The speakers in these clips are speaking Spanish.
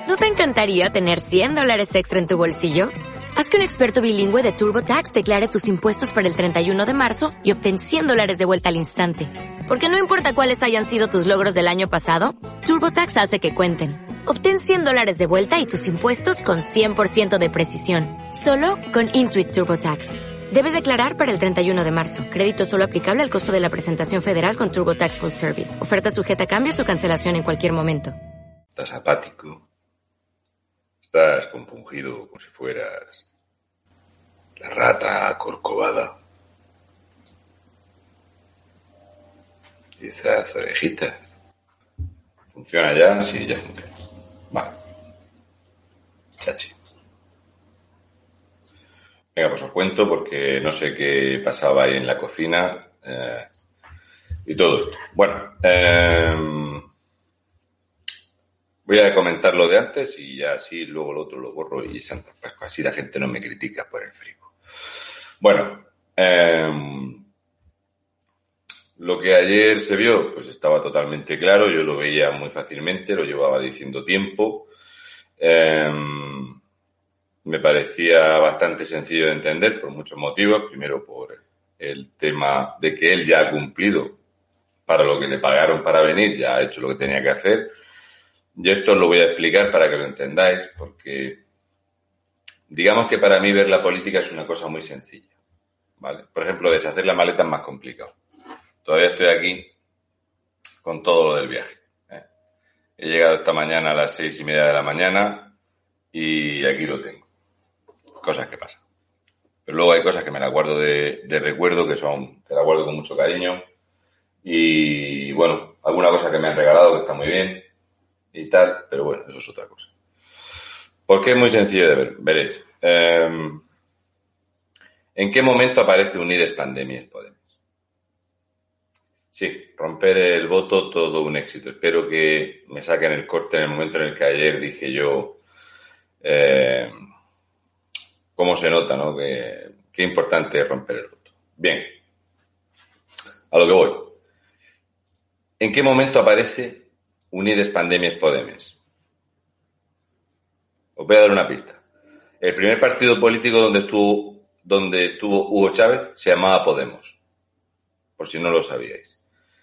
¿No te encantaría tener $100 extra en tu bolsillo? Haz que un experto bilingüe de TurboTax declare tus impuestos para el 31 de marzo y obtén $100 de vuelta al instante. Porque no importa cuáles hayan sido tus logros del año pasado, TurboTax hace que cuenten. Obtén $100 de vuelta y tus impuestos con 100% de precisión. Solo con Intuit TurboTax. Debes declarar para el 31 de marzo. Crédito solo aplicable al costo de la presentación federal con TurboTax Full Service. Oferta sujeta a cambios o cancelación en cualquier momento. Estás apático. Estás compungido como si fueras la rata corcovada. Y esas orejitas. ¿Funciona ya? Sí, ya funciona. Vale. Chachi. Venga, pues os cuento porque no sé qué pasaba ahí en la cocina y todo esto. Bueno, voy a comentar lo de antes y ya así luego lo otro lo borro y Santa Pascua. Así la gente no me critica por el frigo. Bueno, lo que ayer se vio, pues estaba totalmente claro. Yo lo veía muy fácilmente, lo llevaba diciendo tiempo. Me parecía bastante sencillo de entender por muchos motivos. Primero, por el tema de que él ya ha cumplido para lo que le pagaron para venir, ya ha hecho lo que tenía que hacer. Y esto os lo voy a explicar para que lo entendáis, porque digamos que para mí ver la política es una cosa muy sencilla, ¿vale? Por ejemplo, deshacer la maleta es más complicado. Todavía estoy aquí con todo lo del viaje. He llegado esta mañana a las 6:30 de la mañana y aquí lo tengo. Cosas que pasan. Pero luego hay cosas que me las guardo de recuerdo, que las guardo con mucho cariño. Y bueno, alguna cosa que me han regalado que está muy bien y tal, pero bueno, eso es otra cosa. Porque es muy sencillo de ver. Veréis. ¿En qué momento aparece Unides Pandemies Podemos? Sí, romper el voto, todo un éxito. Espero que me saquen el corte en el momento en el que ayer dije yo cómo se nota, ¿no? Qué importante es romper el voto. Bien, a lo que voy. ¿En qué momento aparece Unides Pandemies Podemos? Os voy a dar una pista. El primer partido político donde estuvo Hugo Chávez se llamaba Podemos, por si no lo sabíais.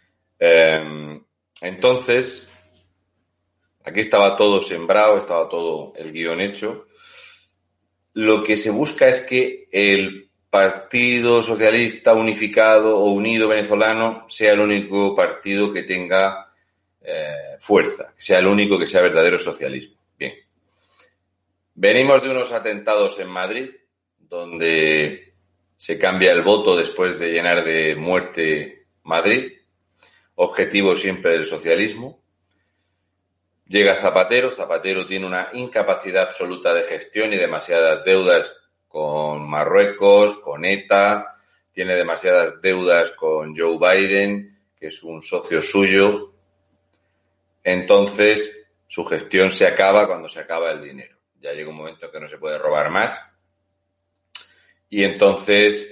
Entonces, aquí estaba todo sembrado, estaba todo el guión hecho. Lo que se busca es que el Partido Socialista Unificado o Unido Venezolano sea el único partido que tenga fuerza, que sea el único que sea verdadero socialismo. Bien. Venimos de unos atentados en Madrid, donde se cambia el voto después de llenar de muerte Madrid, objetivo siempre del socialismo. Llega Zapatero tiene una incapacidad absoluta de gestión y demasiadas deudas con Marruecos, con ETA, tiene demasiadas deudas con Joe Biden, que es un socio suyo. Entonces, su gestión se acaba cuando se acaba el dinero. Ya llega un momento en que no se puede robar más. Y entonces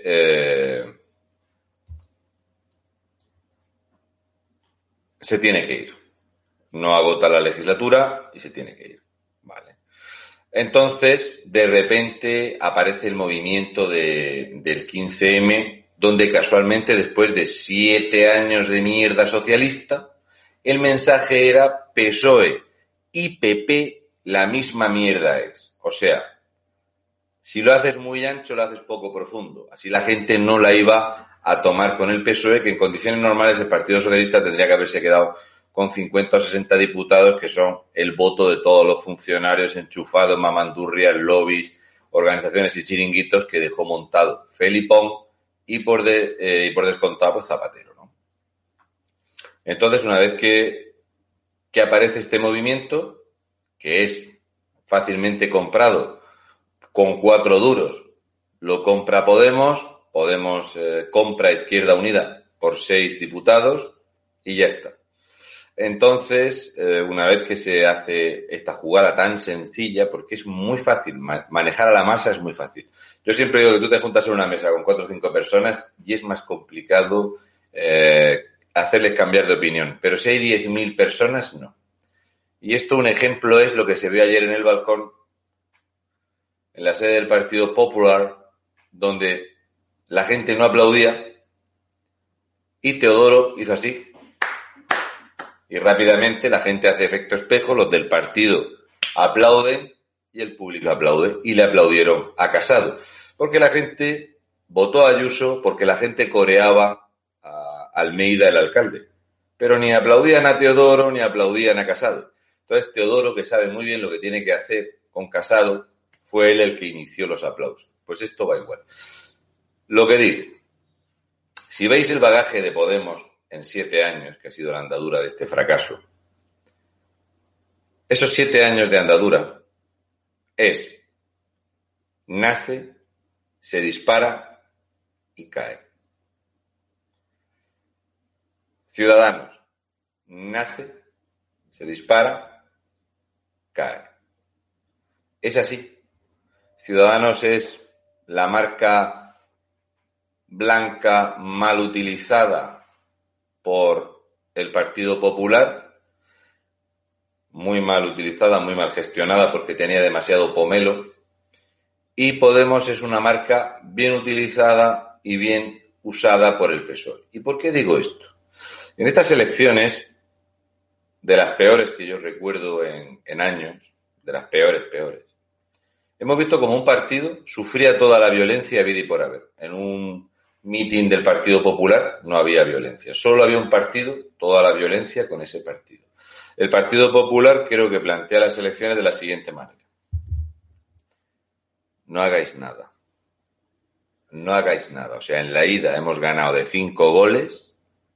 se tiene que ir. No agota la legislatura y se tiene que ir. Vale. Entonces, de repente aparece el movimiento del 15M, donde casualmente, después de 7 años de mierda socialista, el mensaje era PSOE y PP, la misma mierda es. O sea, si lo haces muy ancho, lo haces poco profundo. Así la gente no la iba a tomar con el PSOE, que en condiciones normales el Partido Socialista tendría que haberse quedado con 50 o 60 diputados, que son el voto de todos los funcionarios enchufados, mamandurrias, lobbies, organizaciones y chiringuitos que dejó montado Felipón y por descontado pues Zapatero, ¿no? Entonces, una vez que aparece este movimiento, que es fácilmente comprado con 4 duros, lo compra Podemos compra Izquierda Unida por 6 diputados y ya está. Entonces, una vez que se hace esta jugada tan sencilla, porque es muy fácil, manejar a la masa es muy fácil. Yo siempre digo que tú te juntas en una mesa con 4 o 5 personas y es más complicado hacerles cambiar de opinión. Pero si hay 10.000 personas, no. Y esto un ejemplo es lo que se vio ayer en el balcón, en la sede del Partido Popular, donde la gente no aplaudía y Teodoro hizo así. Y rápidamente la gente hace efecto espejo, los del partido aplauden y el público aplaude. Y le aplaudieron a Casado. Porque la gente votó a Ayuso, porque la gente coreaba a Almeida, el alcalde. Pero ni aplaudían a Teodoro ni aplaudían a Casado. Entonces Teodoro, que sabe muy bien lo que tiene que hacer con Casado, fue él el que inició los aplausos. Pues esto va igual. Lo que digo, si veis el bagaje de Podemos en 7 años, que ha sido la andadura de este fracaso, esos 7 años de andadura nace, se dispara y cae. Ciudadanos, nace, se dispara, cae. Es así. Ciudadanos es la marca blanca mal utilizada por el Partido Popular, muy mal utilizada, muy mal gestionada porque tenía demasiado pomelo, y Podemos es una marca bien utilizada y bien usada por el PSOE. ¿Y por qué digo esto? En estas elecciones, de las peores que yo recuerdo en años, de las peores, hemos visto como un partido sufría toda la violencia habida y por haber. En un mitin del Partido Popular no había violencia. Solo había un partido, toda la violencia con ese partido. El Partido Popular creo que plantea las elecciones de la siguiente manera. No hagáis nada. No hagáis nada. O sea, en la ida hemos ganado de 5 goles.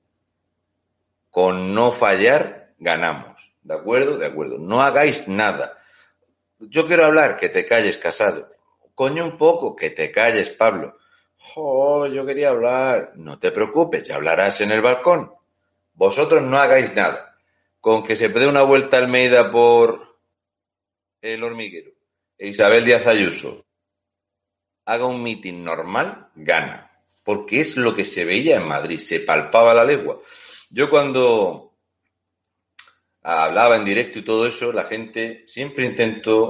Con no fallar, ganamos. ¿De acuerdo? De acuerdo. No hagáis nada. Yo quiero hablar, que te calles, Casado. Coño, un poco, que te calles, Pablo. Yo quería hablar. No te preocupes, ya hablarás en el balcón. Vosotros no hagáis nada. Con que se dé una vuelta Almeida por el Hormiguero e Isabel Díaz Ayuso haga un mitin normal, gana. Porque es lo que se veía en Madrid, se palpaba la legua. Yo cuando hablaba en directo y todo eso, la gente siempre intento,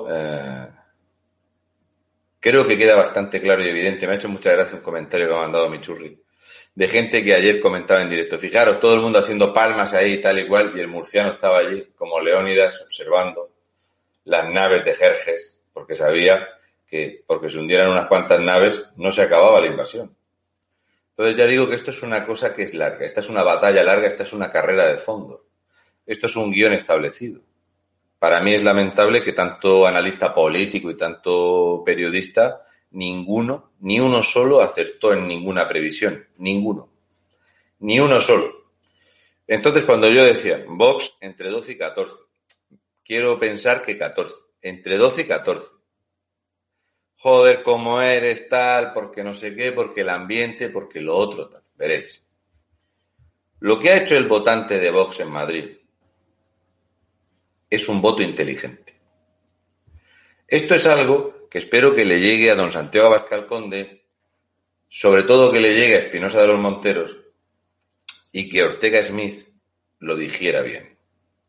creo que queda bastante claro y evidente. Me ha hecho mucha gracia un comentario que me ha mandado Michurri, de gente que ayer comentaba en directo. Fijaros, todo el mundo haciendo palmas ahí tal y cual, y el murciano estaba allí como Leónidas observando las naves de Jerjes, porque sabía que porque se hundieran unas cuantas naves no se acababa la invasión. Entonces ya digo que esto es una cosa que es larga, esta es una batalla larga, esta es una carrera de fondo. Esto es un guión establecido. Para mí es lamentable que tanto analista político y tanto periodista, ninguno, ni uno solo acertó en ninguna previsión. Ninguno. Ni uno solo. Entonces cuando yo decía, Vox entre 12 y 14, quiero pensar que 14, entre 12 y 14. Joder, cómo eres, tal, porque no sé qué, porque el ambiente, porque lo otro, tal. Veréis. Lo que ha hecho el votante de Vox en Madrid es un voto inteligente. Esto es algo que espero que le llegue a don Santiago Abascal Conde, sobre todo que le llegue a Espinosa de los Monteros y que Ortega Smith lo dijera bien.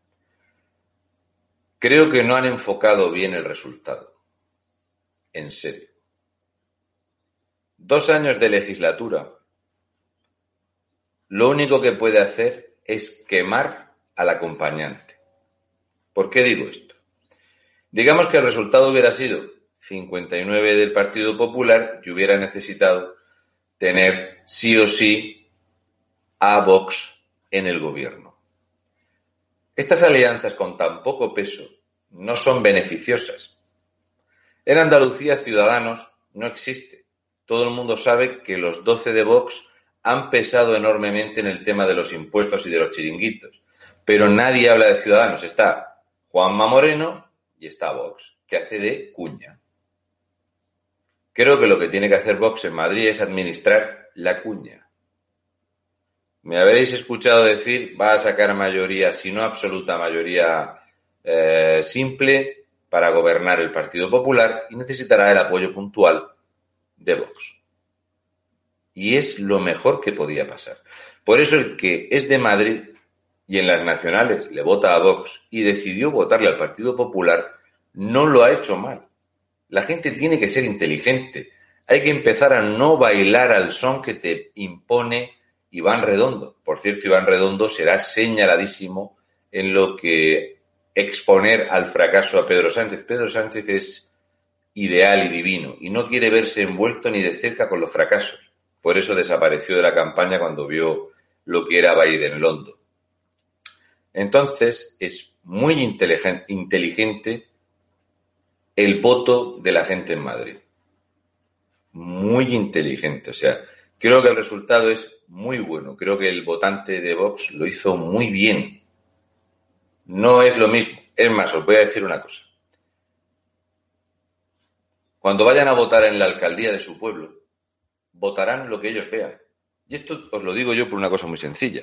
Creo que no han enfocado bien el resultado. En serio. 2 años de legislatura. Lo único que puede hacer es quemar al acompañante. ¿Por qué digo esto? Digamos que el resultado hubiera sido 59 del Partido Popular y hubiera necesitado tener sí o sí a Vox en el gobierno. Estas alianzas con tan poco peso no son beneficiosas. En Andalucía, Ciudadanos no existe. Todo el mundo sabe que los 12 de Vox han pesado enormemente en el tema de los impuestos y de los chiringuitos. Pero nadie habla de Ciudadanos. Está Juanma Moreno y está Vox, que hace de cuña. Creo que lo que tiene que hacer Vox en Madrid es administrar la cuña. Me habréis escuchado decir, va a sacar mayoría, si no absoluta mayoría simple, para gobernar el Partido Popular y necesitará el apoyo puntual de Vox. Y es lo mejor que podía pasar. Por eso el que es de Madrid y en las nacionales le vota a Vox y decidió votarle al Partido Popular, no lo ha hecho mal. La gente tiene que ser inteligente. Hay que empezar a no bailar al son que te impone Iván Redondo. Por cierto, Iván Redondo será señaladísimo en lo que exponer al fracaso a Pedro Sánchez. Pedro Sánchez es ideal y divino y no quiere verse envuelto ni de cerca con los fracasos. Por eso desapareció de la campaña cuando vio lo que era Biden London. Entonces, es muy inteligente el voto de la gente en Madrid. Muy inteligente. O sea, creo que el resultado es muy bueno. Creo que el votante de Vox lo hizo muy bien. No es lo mismo. Es más, os voy a decir una cosa. Cuando vayan a votar en la alcaldía de su pueblo, votarán lo que ellos vean. Y esto os lo digo yo por una cosa muy sencilla.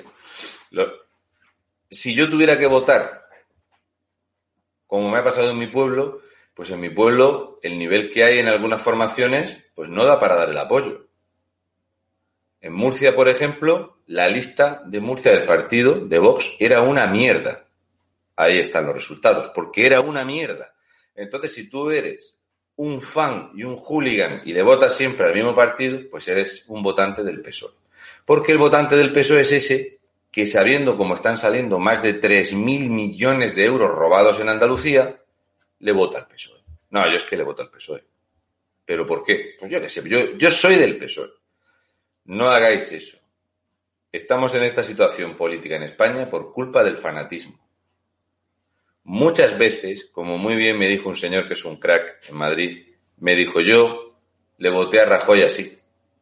Si yo tuviera que votar, como me ha pasado en mi pueblo, pues en mi pueblo el nivel que hay en algunas formaciones pues no da para dar el apoyo. En Murcia, por ejemplo, la lista de Murcia del partido de Vox era una mierda. Ahí están los resultados, porque era una mierda. Entonces, si tú eres un fan y un hooligan y le votas siempre al mismo partido, pues eres un votante del PSOE. Porque el votante del PSOE es ese que, sabiendo cómo están saliendo más de 3.000 millones de euros robados en Andalucía, le vota al PSOE. No, yo es que le voto al PSOE. ¿Pero por qué? Pues yo qué sé, yo soy del PSOE. No hagáis eso. Estamos en esta situación política en España por culpa del fanatismo. Muchas veces, como muy bien me dijo un señor que es un crack en Madrid, me dijo, yo le voté a Rajoy así.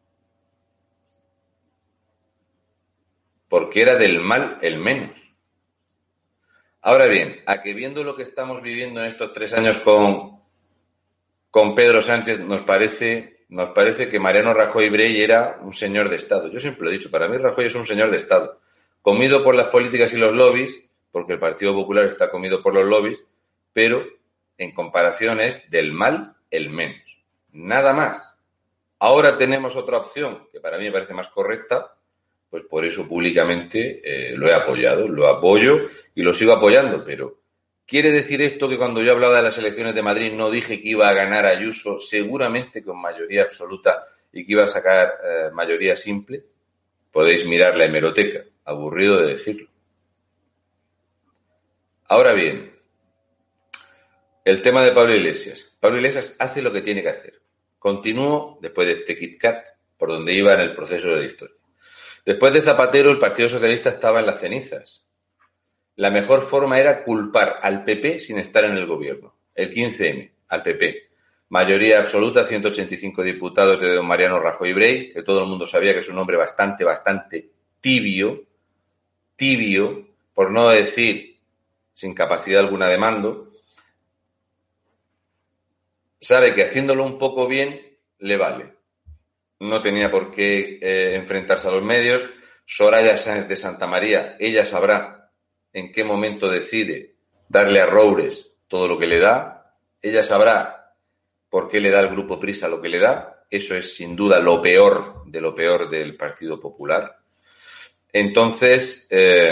Porque era del mal el menos. Ahora bien, a que viendo lo que estamos viviendo en estos 3 años con Pedro Sánchez, nos parece que Mariano Rajoy Brey era un señor de Estado. Yo siempre lo he dicho, para mí Rajoy es un señor de Estado. Comido por las políticas y los lobbies, porque el Partido Popular está comido por los lobbies, pero en comparación es del mal el menos. Nada más. Ahora tenemos otra opción, que para mí me parece más correcta, pues por eso públicamente lo he apoyado, lo apoyo y lo sigo apoyando, pero ¿quiere decir esto que cuando yo hablaba de las elecciones de Madrid no dije que iba a ganar Ayuso seguramente con mayoría absoluta y que iba a sacar mayoría simple? Podéis mirar la hemeroteca, aburrido de decirlo. Ahora bien, el tema de Pablo Iglesias. Pablo Iglesias hace lo que tiene que hacer. Continúo después de este Kit Kat por donde iba en el proceso de la historia. Después de Zapatero, el Partido Socialista estaba en las cenizas. La mejor forma era culpar al PP sin estar en el gobierno. El 15M, al PP. Mayoría absoluta, 185 diputados de don Mariano Rajoy Brey, que todo el mundo sabía que es un hombre bastante tibio, por no decir sin capacidad alguna de mando. Sabe que haciéndolo un poco bien le vale. No tenía por qué enfrentarse a los medios. Soraya Sáenz de Santamaría, ella sabrá en qué momento decide darle a Roures todo lo que le da. Ella sabrá por qué le da al Grupo Prisa lo que le da. Eso es sin duda lo peor del Partido Popular. Entonces,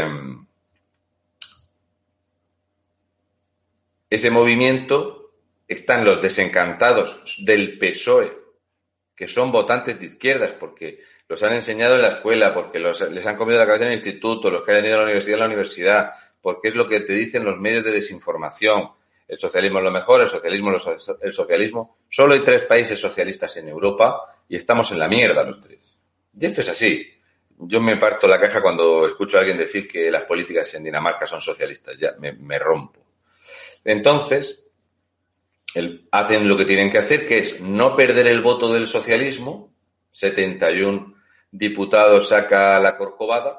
ese movimiento, están los desencantados del PSOE, que son votantes de izquierdas, porque los han enseñado en la escuela, porque les han comido la cabeza en el instituto, los que hayan ido a la universidad, porque es lo que te dicen los medios de desinformación. El socialismo es lo mejor, el socialismo. Solo hay 3 países socialistas en Europa y estamos en la mierda los 3. Y esto es así. Yo me parto la caja cuando escucho a alguien decir que las políticas en Dinamarca son socialistas. Ya me rompo. Entonces, hacen lo que tienen que hacer, que es no perder el voto del socialismo. 71 diputados saca la Corcovada.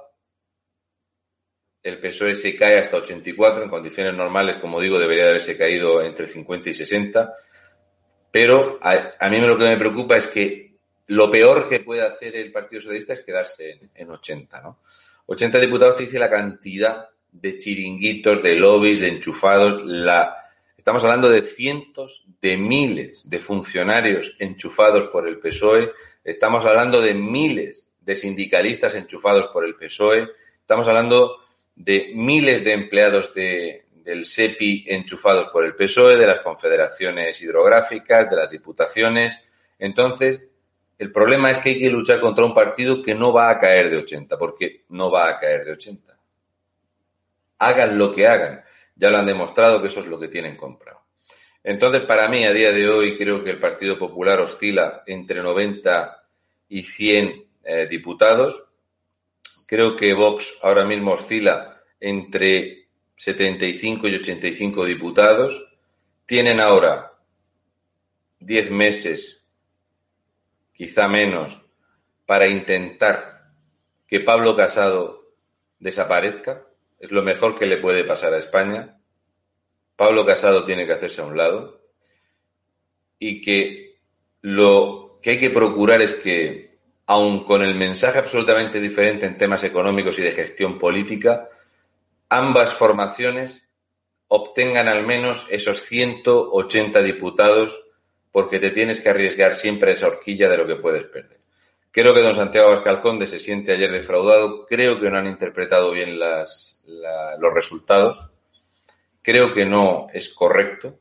El PSOE se cae hasta 84. En condiciones normales, como digo, debería de haberse caído entre 50 y 60. Pero a mí lo que me preocupa es que lo peor que puede hacer el Partido Socialista es quedarse en 80, ¿no? 80 diputados te dice la cantidad de chiringuitos, de lobbies, de enchufados. Estamos hablando de cientos de miles de funcionarios enchufados por el PSOE. Estamos hablando de miles de sindicalistas enchufados por el PSOE. Estamos hablando de miles de empleados del SEPI enchufados por el PSOE, de las confederaciones hidrográficas, de las diputaciones. Entonces, el problema es que hay que luchar contra un partido que no va a caer de 80, porque no va a caer de 80. Hagan lo que hagan. Ya lo han demostrado que eso es lo que tienen comprado. Entonces, para mí, a día de hoy, creo que el Partido Popular oscila entre 90 y 100 diputados. Creo que Vox ahora mismo oscila entre 75 y 85 diputados. Tienen ahora 10 meses, quizá menos, para intentar que Pablo Casado desaparezca. Es lo mejor que le puede pasar a España. Pablo Casado tiene que hacerse a un lado y que lo que hay que procurar es que, aun con el mensaje absolutamente diferente en temas económicos y de gestión política, ambas formaciones obtengan al menos esos 180 diputados, porque te tienes que arriesgar siempre a esa horquilla de lo que puedes perder. Creo que don Santiago Abascal Conde se siente ayer defraudado. Creo que no han interpretado bien los resultados. Creo que no es correcto.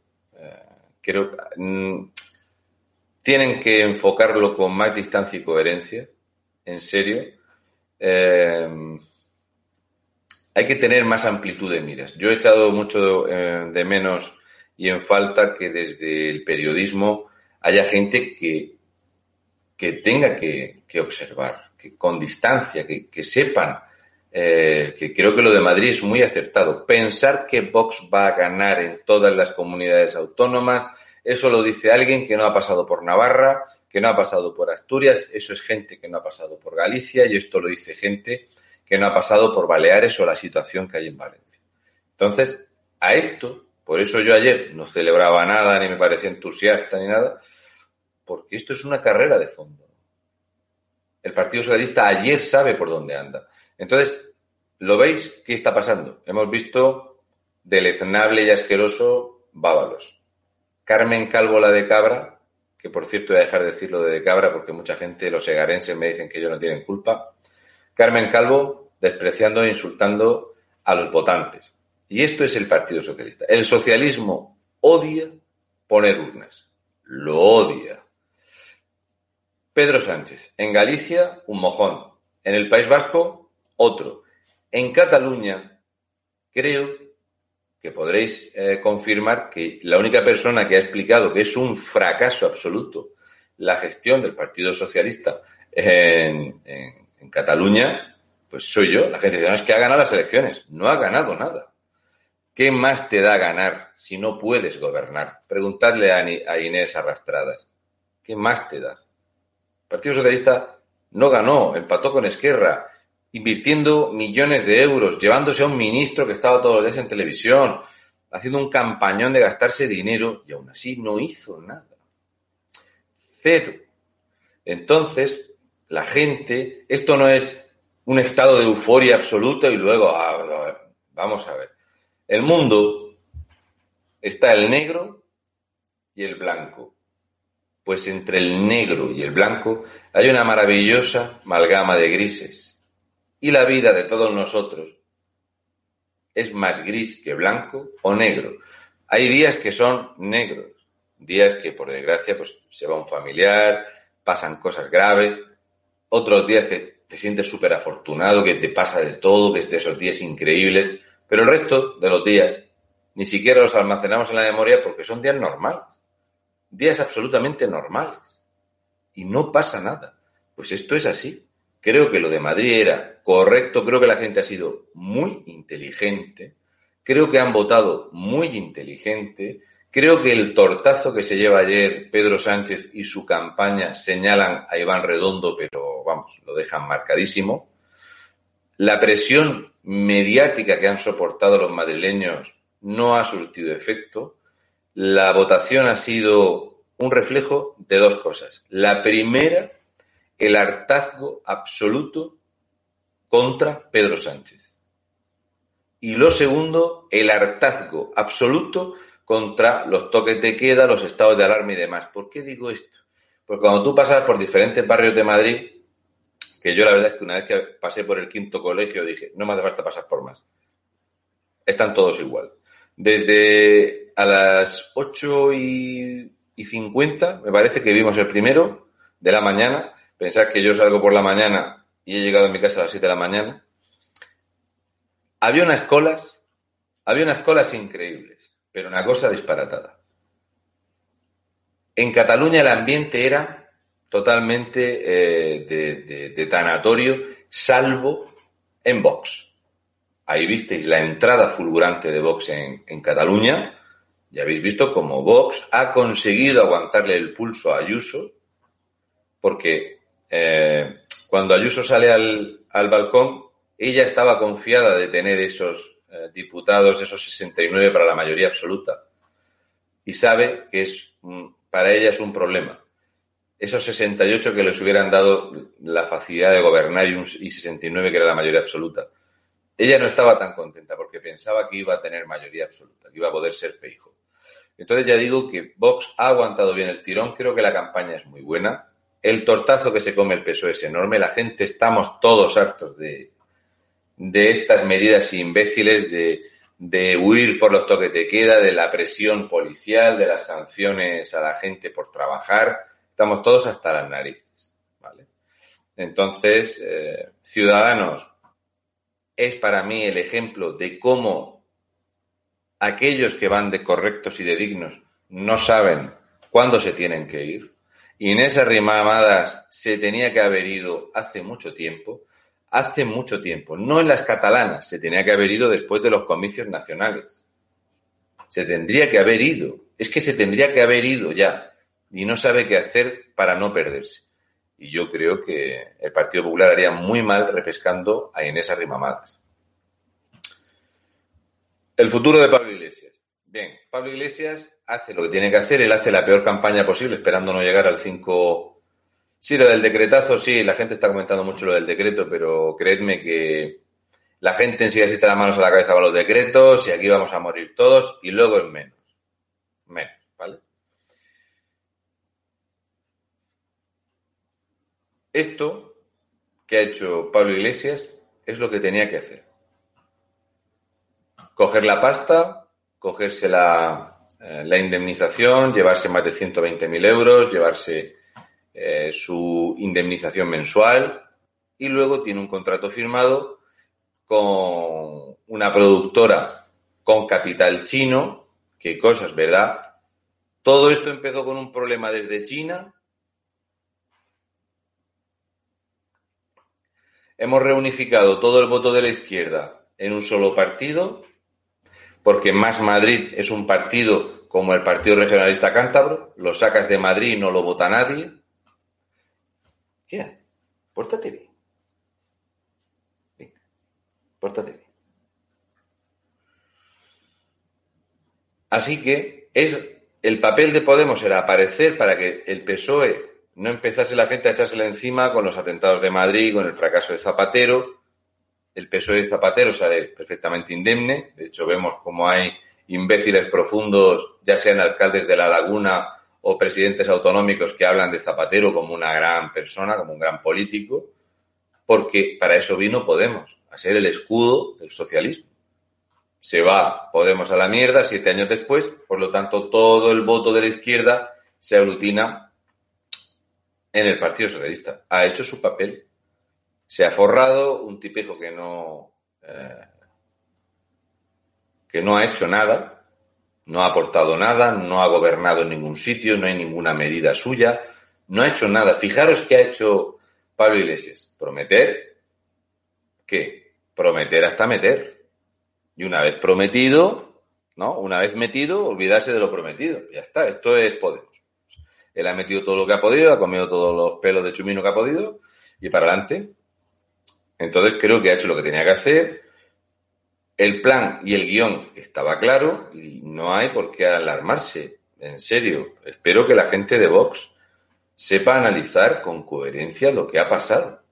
Tienen que enfocarlo con más distancia y coherencia. En serio. Hay que tener más amplitud de miras. Yo he echado mucho de menos y en falta que desde el periodismo haya gente que tenga que observar, que con distancia, que sepan, que creo que lo de Madrid es muy acertado. Pensar que Vox va a ganar en todas las comunidades autónomas, eso lo dice alguien que no ha pasado por Navarra, que no ha pasado por Asturias, eso es gente que no ha pasado por Galicia, y esto lo dice gente que no ha pasado por Baleares o la situación que hay en Valencia. Entonces, a esto, por eso yo ayer no celebraba nada, ni me parecía entusiasta, ni nada, porque esto es una carrera de fondo. El Partido Socialista ayer sabe por dónde anda. Entonces, ¿lo veis? ¿Qué está pasando? Hemos visto deleznable y asqueroso Bábalos. Carmen Calvo, la de Cabra, que por cierto voy a dejar de decirlo de Cabra porque mucha gente, los segarenses, me dicen que ellos no tienen culpa. Carmen Calvo despreciando e insultando a los votantes. Y esto es el Partido Socialista. El socialismo odia poner urnas. Lo odia. Pedro Sánchez. En Galicia, un mojón. En el País Vasco, otro. En Cataluña, creo que podréis confirmar que la única persona que ha explicado que es un fracaso absoluto la gestión del Partido Socialista en Cataluña, pues soy yo. La gente dice, no, es que ha ganado las elecciones. No ha ganado nada. ¿Qué más te da ganar si no puedes gobernar? Preguntadle a Inés Arrastradas. ¿Qué más te da? El Partido Socialista no ganó, empató con Esquerra, invirtiendo millones de euros, llevándose a un ministro que estaba todos los días en televisión, haciendo un campañón de gastarse dinero, y aún así no hizo nada. Cero. Entonces, la gente, esto no es un estado de euforia absoluta y luego, vamos a ver. El mundo está el negro y el blanco. Pues entre el negro y el blanco hay una maravillosa amalgama de grises. Y la vida de todos nosotros es más gris que blanco o negro. Hay días que son negros, días que por desgracia pues se va un familiar, pasan cosas graves, otros días que te sientes súper afortunado, que te pasa de todo, que es de esos días increíbles, pero el resto de los días ni siquiera los almacenamos en la memoria porque son días normales. Días absolutamente normales. Y no pasa nada. Pues esto es así. Creo que lo de Madrid era correcto. Creo que la gente ha sido muy inteligente. Creo que han votado muy inteligente. Creo que el tortazo que se lleva ayer Pedro Sánchez y su campaña señalan a Iván Redondo, pero vamos, lo dejan marcadísimo. La presión mediática que han soportado los madrileños no ha surtido efecto. La votación ha sido un reflejo de dos cosas. La primera, el hartazgo absoluto contra Pedro Sánchez. Y lo segundo, el hartazgo absoluto contra los toques de queda, los estados de alarma y demás. ¿Por qué digo esto? Porque cuando tú pasas por diferentes barrios de Madrid, que yo la verdad es que una vez que pasé por el quinto colegio dije, no me hace falta pasar por más. Están todos igual. Desde a las 8:50, me parece que vimos el primero de la mañana. Pensad que yo salgo por la mañana y he llegado a mi casa a las 7 de la mañana. Había unas colas increíbles, pero una cosa disparatada. En Cataluña el ambiente era totalmente de tanatorio, salvo en Vox. Ahí visteis la entrada fulgurante de Vox en Cataluña. Ya habéis visto cómo Vox ha conseguido aguantarle el pulso a Ayuso, porque cuando Ayuso sale al balcón, ella estaba confiada de tener esos diputados, esos 69 para la mayoría absoluta. Y sabe que para ella es un problema. Esos 68 que les hubieran dado la facilidad de gobernar y 69 que era la mayoría absoluta. Ella no estaba tan contenta porque pensaba que iba a tener mayoría absoluta, que iba a poder ser Feijóo. Entonces ya digo que Vox ha aguantado bien el tirón, creo que la campaña es muy buena. El tortazo que se come el PSOE es enorme, la gente estamos todos hartos de estas medidas imbéciles de huir por los toques de queda, de la presión policial, de las sanciones a la gente por trabajar. Estamos todos hasta las narices, ¿vale? Entonces, Ciudadanos es para mí el ejemplo de cómo aquellos que van de correctos y de dignos no saben cuándo se tienen que ir. Inés Arrimadas se tenía que haber ido hace mucho tiempo, no en las catalanas, se tenía que haber ido después de los comicios nacionales. Se tendría que haber ido, se tendría que haber ido ya, y no sabe qué hacer para no perderse. Y yo creo que el Partido Popular haría muy mal repescando a Inés Arrimadas. El futuro de Pablo Iglesias. Bien, Pablo Iglesias hace lo que tiene que hacer, él hace la peor campaña posible, esperando no llegar al 5. Sí, lo del decretazo, sí, la gente está comentando mucho lo del decreto, pero creedme que la gente enseguida se echa las manos a la cabeza con los decretos y aquí vamos a morir todos y luego es menos, ¿vale? Esto que ha hecho Pablo Iglesias es lo que tenía que hacer. Coger la pasta, cogerse la indemnización, llevarse más de 120.000 euros, llevarse su indemnización mensual y luego tiene un contrato firmado con una productora con capital chino. Qué cosas, ¿verdad? Todo esto empezó con un problema desde China. Hemos reunificado todo el voto de la izquierda en un solo partido, porque Más Madrid es un partido como el Partido Regionalista Cántabro, lo sacas de Madrid y no lo vota nadie. ¿Qué? Pórtate bien. Venga, pórtate bien. Así que el papel de Podemos era aparecer para que el PSOE no empezase la gente a echársela encima con los atentados de Madrid, con el fracaso de Zapatero. El PSOE de Zapatero sale perfectamente indemne. De hecho, vemos cómo hay imbéciles profundos, ya sean alcaldes de La Laguna o presidentes autonómicos que hablan de Zapatero como una gran persona, como un gran político, porque para eso vino Podemos, a ser el escudo del socialismo. Se va Podemos a la mierda 7 años después, por lo tanto todo el voto de la izquierda se aglutina en el Partido Socialista. Ha hecho su papel. Se ha forrado un tipejo que no ha hecho nada, no ha aportado nada, no ha gobernado en ningún sitio, no hay ninguna medida suya, no ha hecho nada. Fijaros qué ha hecho Pablo Iglesias. Prometer, ¿qué? Prometer hasta meter. Y una vez prometido, ¿no? Una vez metido, olvidarse de lo prometido. Ya está, esto es Podemos. Él ha metido todo lo que ha podido, ha comido todos los pelos de chumino que ha podido y para adelante. Entonces creo que ha hecho lo que tenía que hacer. El plan y el guión estaba claro y no hay por qué alarmarse. En serio, espero que la gente de Vox sepa analizar con coherencia lo que ha pasado.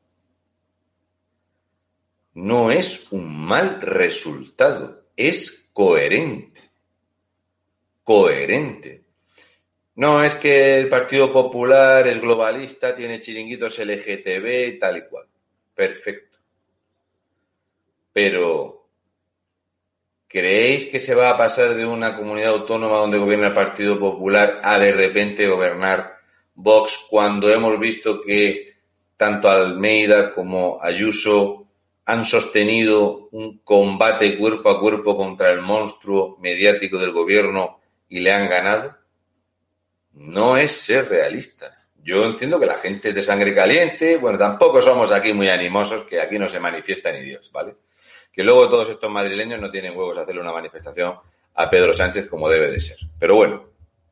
No es un mal resultado, es coherente. Coherente. No es que el Partido Popular es globalista, tiene chiringuitos LGTB y tal y cual. Perfecto. Pero ¿creéis que se va a pasar de una comunidad autónoma donde gobierna el Partido Popular a de repente gobernar Vox cuando hemos visto que tanto Almeida como Ayuso han sostenido un combate cuerpo a cuerpo contra el monstruo mediático del gobierno y le han ganado? No es ser realista. Yo entiendo que la gente es de sangre caliente, bueno, tampoco somos aquí muy animosos, que aquí no se manifiesta ni Dios, ¿vale? Que luego todos estos madrileños no tienen huevos a hacerle una manifestación a Pedro Sánchez como debe de ser. Pero bueno,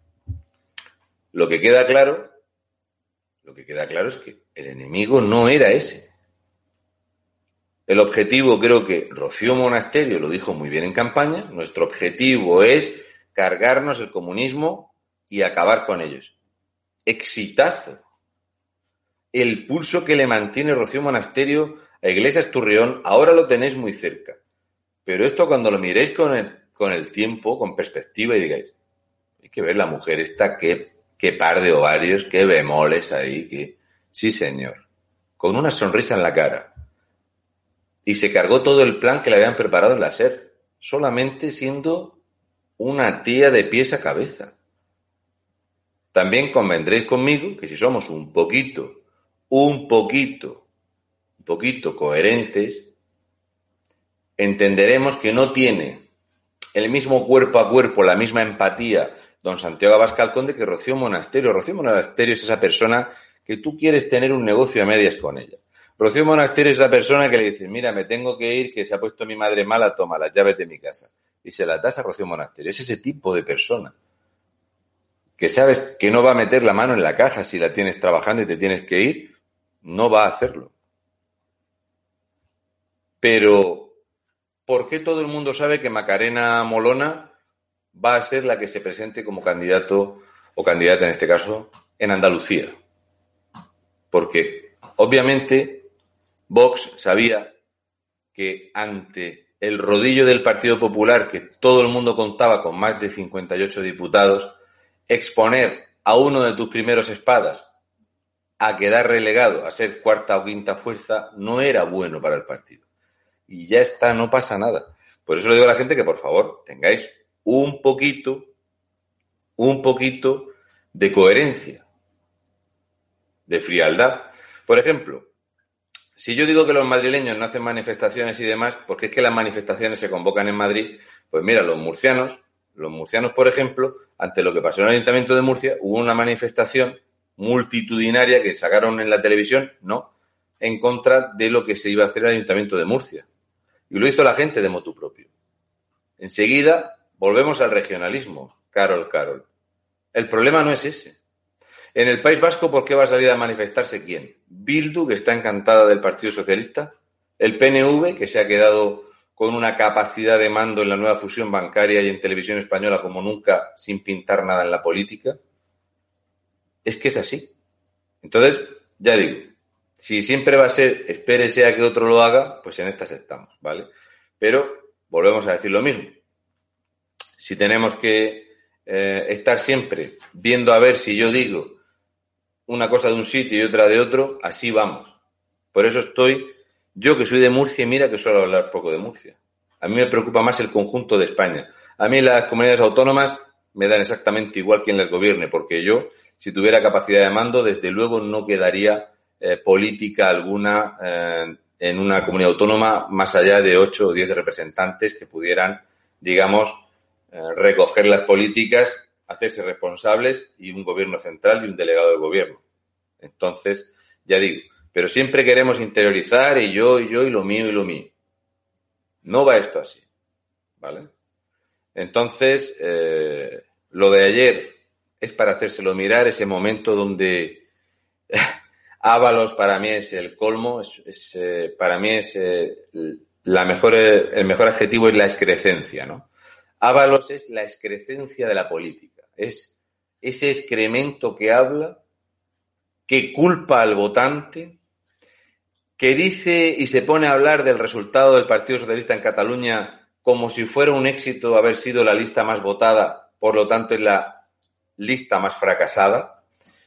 lo que queda claro es que el enemigo no era ese. El objetivo, creo que Rocío Monasterio lo dijo muy bien en campaña, nuestro objetivo es cargarnos el comunismo y acabar con ellos. Exitazo. El pulso que le mantiene Rocío Monasterio a Iglesias Turrión, ahora lo tenéis muy cerca. Pero esto cuando lo miréis con el tiempo, con perspectiva y digáis, hay que ver la mujer esta, qué par de ovarios, qué bemoles ahí, que sí señor, con una sonrisa en la cara. Y se cargó todo el plan que le habían preparado en la SER, solamente siendo una tía de pies a cabeza. También convendréis conmigo que si somos un poquito coherentes, entenderemos que no tiene el mismo cuerpo a cuerpo, la misma empatía don Santiago Abascal Conde que Rocío Monasterio. Rocío Monasterio es esa persona que tú quieres tener un negocio a medias con ella. Rocío Monasterio es esa persona que le dice, mira, me tengo que ir, que se ha puesto mi madre mala, toma las llaves de mi casa. Y se las das a Rocío Monasterio. Es ese tipo de persona que sabes que no va a meter la mano en la caja si la tienes trabajando y te tienes que ir, no va a hacerlo. Pero, ¿por qué todo el mundo sabe que Macarena Molona va a ser la que se presente como candidato o candidata en este caso en Andalucía? Porque, obviamente, Vox sabía que ante el rodillo del Partido Popular, que todo el mundo contaba con más de 58 diputados, exponer a uno de tus primeros espadas a quedar relegado a ser cuarta o quinta fuerza no era bueno para el partido. Y ya está, no pasa nada. Por eso le digo a la gente que por favor tengáis un poquito de coherencia, de frialdad. Por ejemplo, si yo digo que los madrileños no hacen manifestaciones y demás, porque es que las manifestaciones se convocan en Madrid, pues mira, los murcianos, por ejemplo, ante lo que pasó en el Ayuntamiento de Murcia, hubo una manifestación multitudinaria que sacaron en la televisión, ¿no?, en contra de lo que se iba a hacer en el Ayuntamiento de Murcia. Y lo hizo la gente de motu propio. Enseguida volvemos al regionalismo, Carol. El problema no es ese. En el País Vasco, ¿por qué va a salir a manifestarse quién? Bildu, que está encantada del Partido Socialista, el PNV, que se ha quedado con una capacidad de mando en la nueva fusión bancaria y en televisión española como nunca, sin pintar nada en la política. Es que es así. Entonces, ya digo, si siempre va a ser, espérese a que otro lo haga, pues en estas estamos, ¿vale? Pero volvemos a decir lo mismo. Si tenemos que estar siempre viendo a ver si yo digo una cosa de un sitio y otra de otro, así vamos. Por eso yo que soy de Murcia, y mira que suelo hablar poco de Murcia. A mí me preocupa más el conjunto de España. A mí las comunidades autónomas me dan exactamente igual quien las gobierne, porque yo, si tuviera capacidad de mando, desde luego no quedaría política alguna en una comunidad autónoma más allá de 8 o 10 representantes que pudieran, digamos, recoger las políticas, hacerse responsables y un gobierno central y un delegado del gobierno. Entonces, ya digo, pero siempre queremos interiorizar y yo y lo mío. No va esto así, ¿vale? Entonces, lo de ayer es para hacérselo mirar, ese momento donde Ábalos para mí es el colmo, para mí es el mejor adjetivo es la excrecencia, ¿no? Ábalos es la excrecencia de la política, es ese excremento que habla, que culpa al votante, que dice y se pone a hablar del resultado del Partido Socialista en Cataluña como si fuera un éxito haber sido la lista más votada, por lo tanto es la lista más fracasada.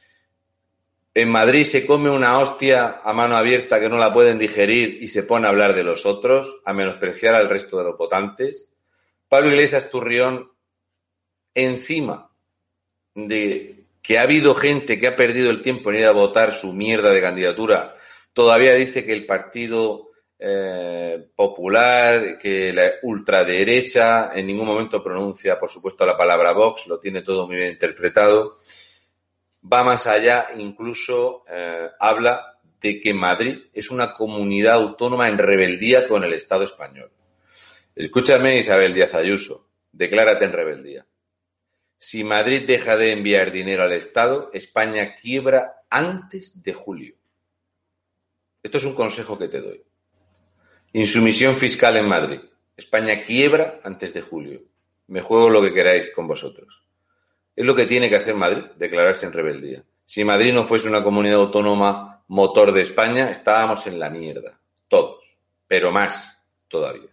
En Madrid se come una hostia a mano abierta que no la pueden digerir y se pone a hablar de los otros, a menospreciar al resto de los votantes. Pablo Iglesias Turrión, encima de que ha habido gente que ha perdido el tiempo en ir a votar su mierda de candidatura, todavía dice que el Partido Popular, que la ultraderecha, en ningún momento pronuncia, por supuesto, la palabra Vox, lo tiene todo muy bien interpretado. Va más allá, incluso habla de que Madrid es una comunidad autónoma en rebeldía con el Estado español. Escúchame, Isabel Díaz Ayuso, declárate en rebeldía. Si Madrid deja de enviar dinero al Estado, España quiebra antes de julio. Esto es un consejo que te doy. Insumisión fiscal en Madrid. España quiebra antes de julio. Me juego lo que queráis con vosotros. Es lo que tiene que hacer Madrid, declararse en rebeldía. Si Madrid no fuese una comunidad autónoma motor de España, estábamos en la mierda. Todos. Pero más todavía.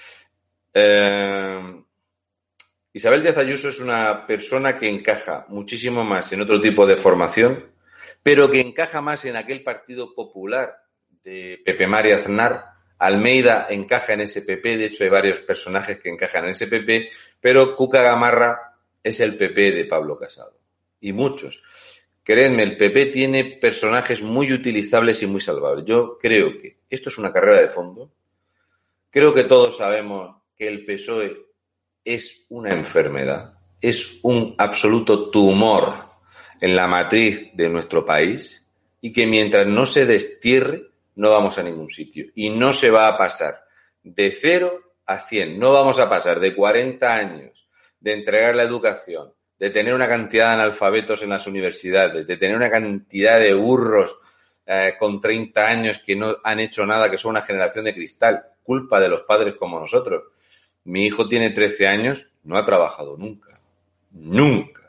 Isabel Díaz Ayuso es una persona que encaja muchísimo más en otro tipo de formación, pero que encaja más en aquel Partido Popular de Pepe Mari Aznar. Almeida encaja en ese PP, de hecho hay varios personajes que encajan en ese PP, pero Cuca Gamarra es el PP de Pablo Casado. Y muchos. Creedme, el PP tiene personajes muy utilizables y muy salvables. Yo creo que esto es una carrera de fondo. Creo que todos sabemos que el PSOE es una enfermedad, es un absoluto tumor en la matriz de nuestro país y que mientras no se destierre no vamos a ningún sitio. Y no se va a pasar de 0 a 100. No vamos a pasar de 40 años de entregar la educación, de tener una cantidad de analfabetos en las universidades, de tener una cantidad de burros con 30 años que no han hecho nada, que son una generación de cristal, culpa de los padres como nosotros. Mi hijo tiene 13 años, no ha trabajado nunca. Nunca.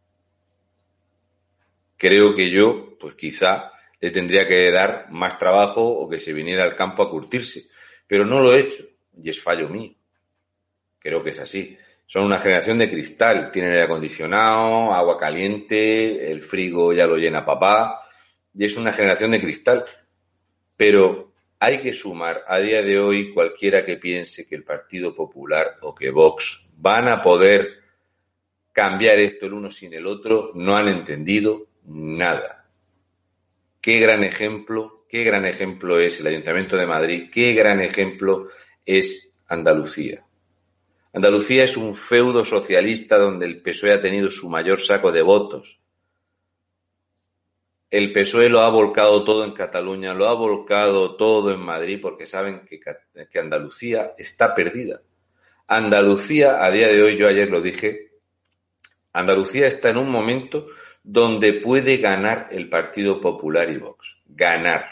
Creo que yo, pues quizá le tendría que dar más trabajo o que se viniera al campo a curtirse. Pero no lo he hecho y es fallo mío. Creo que es así. Son una generación de cristal. Tienen aire acondicionado, agua caliente, el frigo ya lo llena papá y es una generación de cristal. Pero hay que sumar a día de hoy cualquiera que piense que el Partido Popular o que Vox van a poder cambiar esto el uno sin el otro. No han entendido nada. Qué gran ejemplo es el Ayuntamiento de Madrid, qué gran ejemplo es Andalucía. Andalucía es un feudo socialista donde el PSOE ha tenido su mayor saco de votos. El PSOE lo ha volcado todo en Cataluña, lo ha volcado todo en Madrid porque saben que Andalucía está perdida. Andalucía, a día de hoy, yo ayer lo dije, Andalucía está en un momento donde puede ganar el Partido Popular y Vox. Ganar.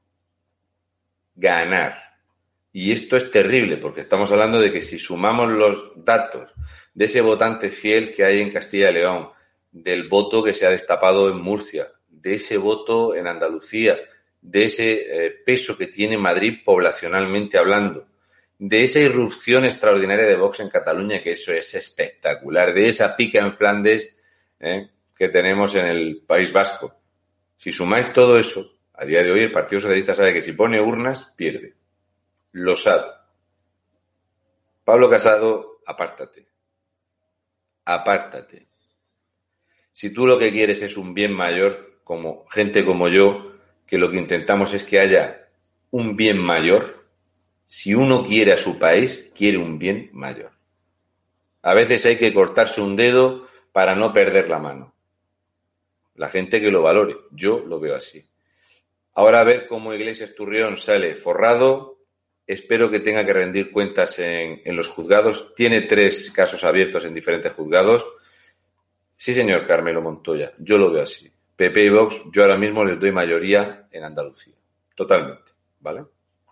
Y esto es terrible, porque estamos hablando de que si sumamos los datos de ese votante fiel que hay en Castilla y León, del voto que se ha destapado en Murcia, de ese voto en Andalucía, de ese peso que tiene Madrid poblacionalmente hablando, de esa irrupción extraordinaria de Vox en Cataluña, que eso es espectacular, de esa pica en Flandes, que tenemos en el País Vasco. Si sumáis todo eso, a día de hoy el Partido Socialista sabe que si pone urnas, pierde. Lo sabe. Pablo Casado, apártate. Apártate. Si tú lo que quieres es un bien mayor, como gente como yo, que lo que intentamos es que haya un bien mayor, si uno quiere a su país, quiere un bien mayor. A veces hay que cortarse un dedo para no perder la mano. La gente que lo valore. Yo lo veo así. Ahora a ver cómo Iglesias Turrión sale forrado. Espero que tenga que rendir cuentas en los juzgados. Tiene 3 casos abiertos en diferentes juzgados. Sí, señor Carmelo Montoya. Yo lo veo así. PP y Vox, yo ahora mismo les doy mayoría en Andalucía. Totalmente. ¿Vale?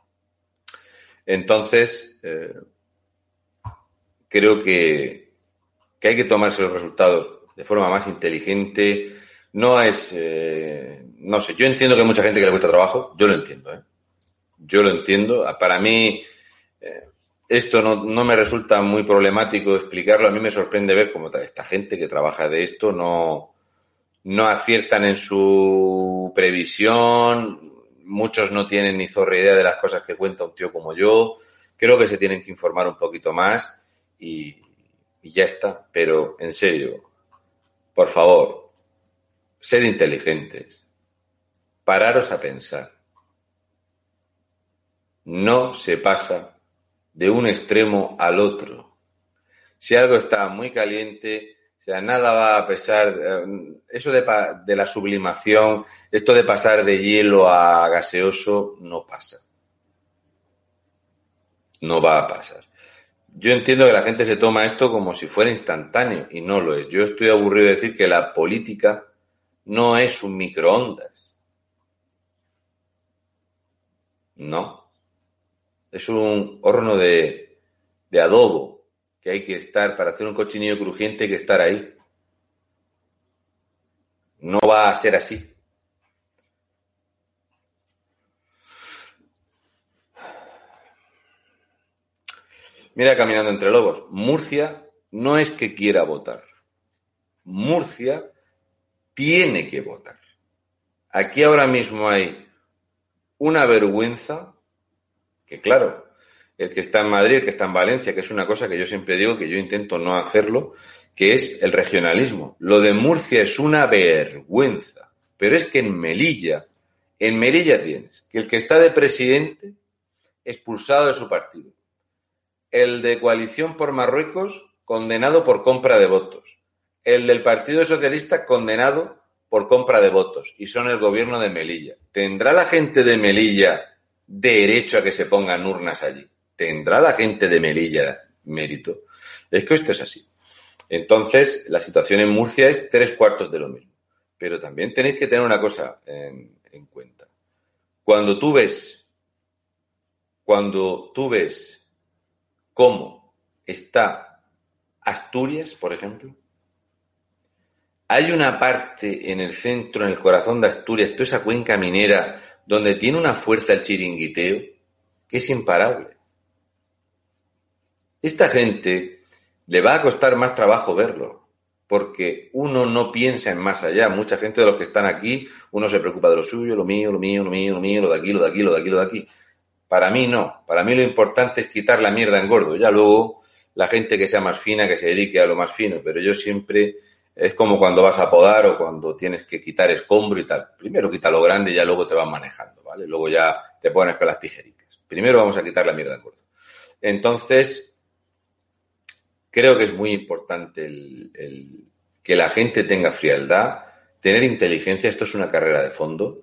Entonces, creo que hay que tomarse los resultados de forma más inteligente. No es, no sé, yo entiendo que hay mucha gente que le cuesta trabajo, yo lo entiendo, Yo lo entiendo. Para mí, esto no me resulta muy problemático explicarlo. A mí me sorprende ver cómo esta gente que trabaja de esto no aciertan en su previsión. Muchos no tienen ni zorra idea de las cosas que cuenta un tío como yo. Creo que se tienen que informar un poquito más y y ya está. Pero, en serio, por favor, sed inteligentes. Pararos a pensar. No se pasa de un extremo al otro. Si algo está muy caliente, o sea, nada va a pesar. Eso de la sublimación, esto de pasar de hielo a gaseoso, no pasa. No va a pasar. Yo entiendo que la gente se toma esto como si fuera instantáneo y no lo es. Yo estoy aburrido de decir que la política no es un microondas. No. Es un horno de adobo que hay que estar, para hacer un cochinillo crujiente hay que estar ahí. No va a ser así. Mira, Caminando entre Lobos, Murcia no es que quiera votar. Murcia tiene que votar. Aquí ahora mismo hay una vergüenza que, claro, el que está en Madrid, el que está en Valencia, que es una cosa que yo siempre digo que yo intento no hacerlo, que es el regionalismo. Lo de Murcia es una vergüenza. Pero es que en Melilla tienes que el que está de presidente expulsado de su partido. El de Coalición por Marruecos, condenado por compra de votos. El del Partido Socialista, condenado por compra de votos. Y son el gobierno de Melilla. ¿Tendrá la gente de Melilla derecho a que se pongan urnas allí? ¿Tendrá la gente de Melilla mérito? Es que esto es así. Entonces, la situación en Murcia es 3/4 de lo mismo. Pero también tenéis que tener una cosa en cuenta. Cuando tú ves cómo está Asturias, por ejemplo, hay una parte en el centro, en el corazón de Asturias, toda esa cuenca minera, donde tiene una fuerza el chiringuiteo que es imparable. Esta gente le va a costar más trabajo verlo, porque uno no piensa en más allá. Mucha gente de los que están aquí, uno se preocupa de lo suyo, lo mío, lo de aquí. Para mí no. Para mí lo importante es quitar la mierda en gordo. Ya luego la gente que sea más fina, que se dedique a lo más fino. Pero yo siempre, es como cuando vas a podar o cuando tienes que quitar escombro y tal. Primero quita lo grande y ya luego te vas manejando, ¿vale? Luego ya te pones con las tijericas. Primero vamos a quitar la mierda en gordo. Entonces, creo que es muy importante que la gente tenga frialdad, tener inteligencia. Esto es una carrera de fondo.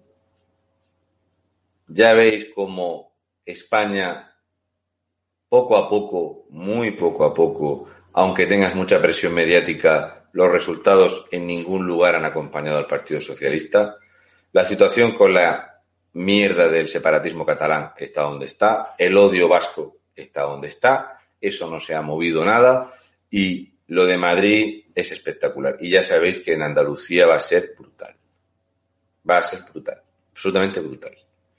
Ya veis cómo España, poco a poco, muy poco a poco, aunque tengas mucha presión mediática, los resultados en ningún lugar han acompañado al Partido Socialista. La situación con la mierda del separatismo catalán está donde está, el odio vasco está donde está, eso no se ha movido nada y lo de Madrid es espectacular. Y ya sabéis que en Andalucía va a ser brutal. Va a ser brutal, absolutamente brutal.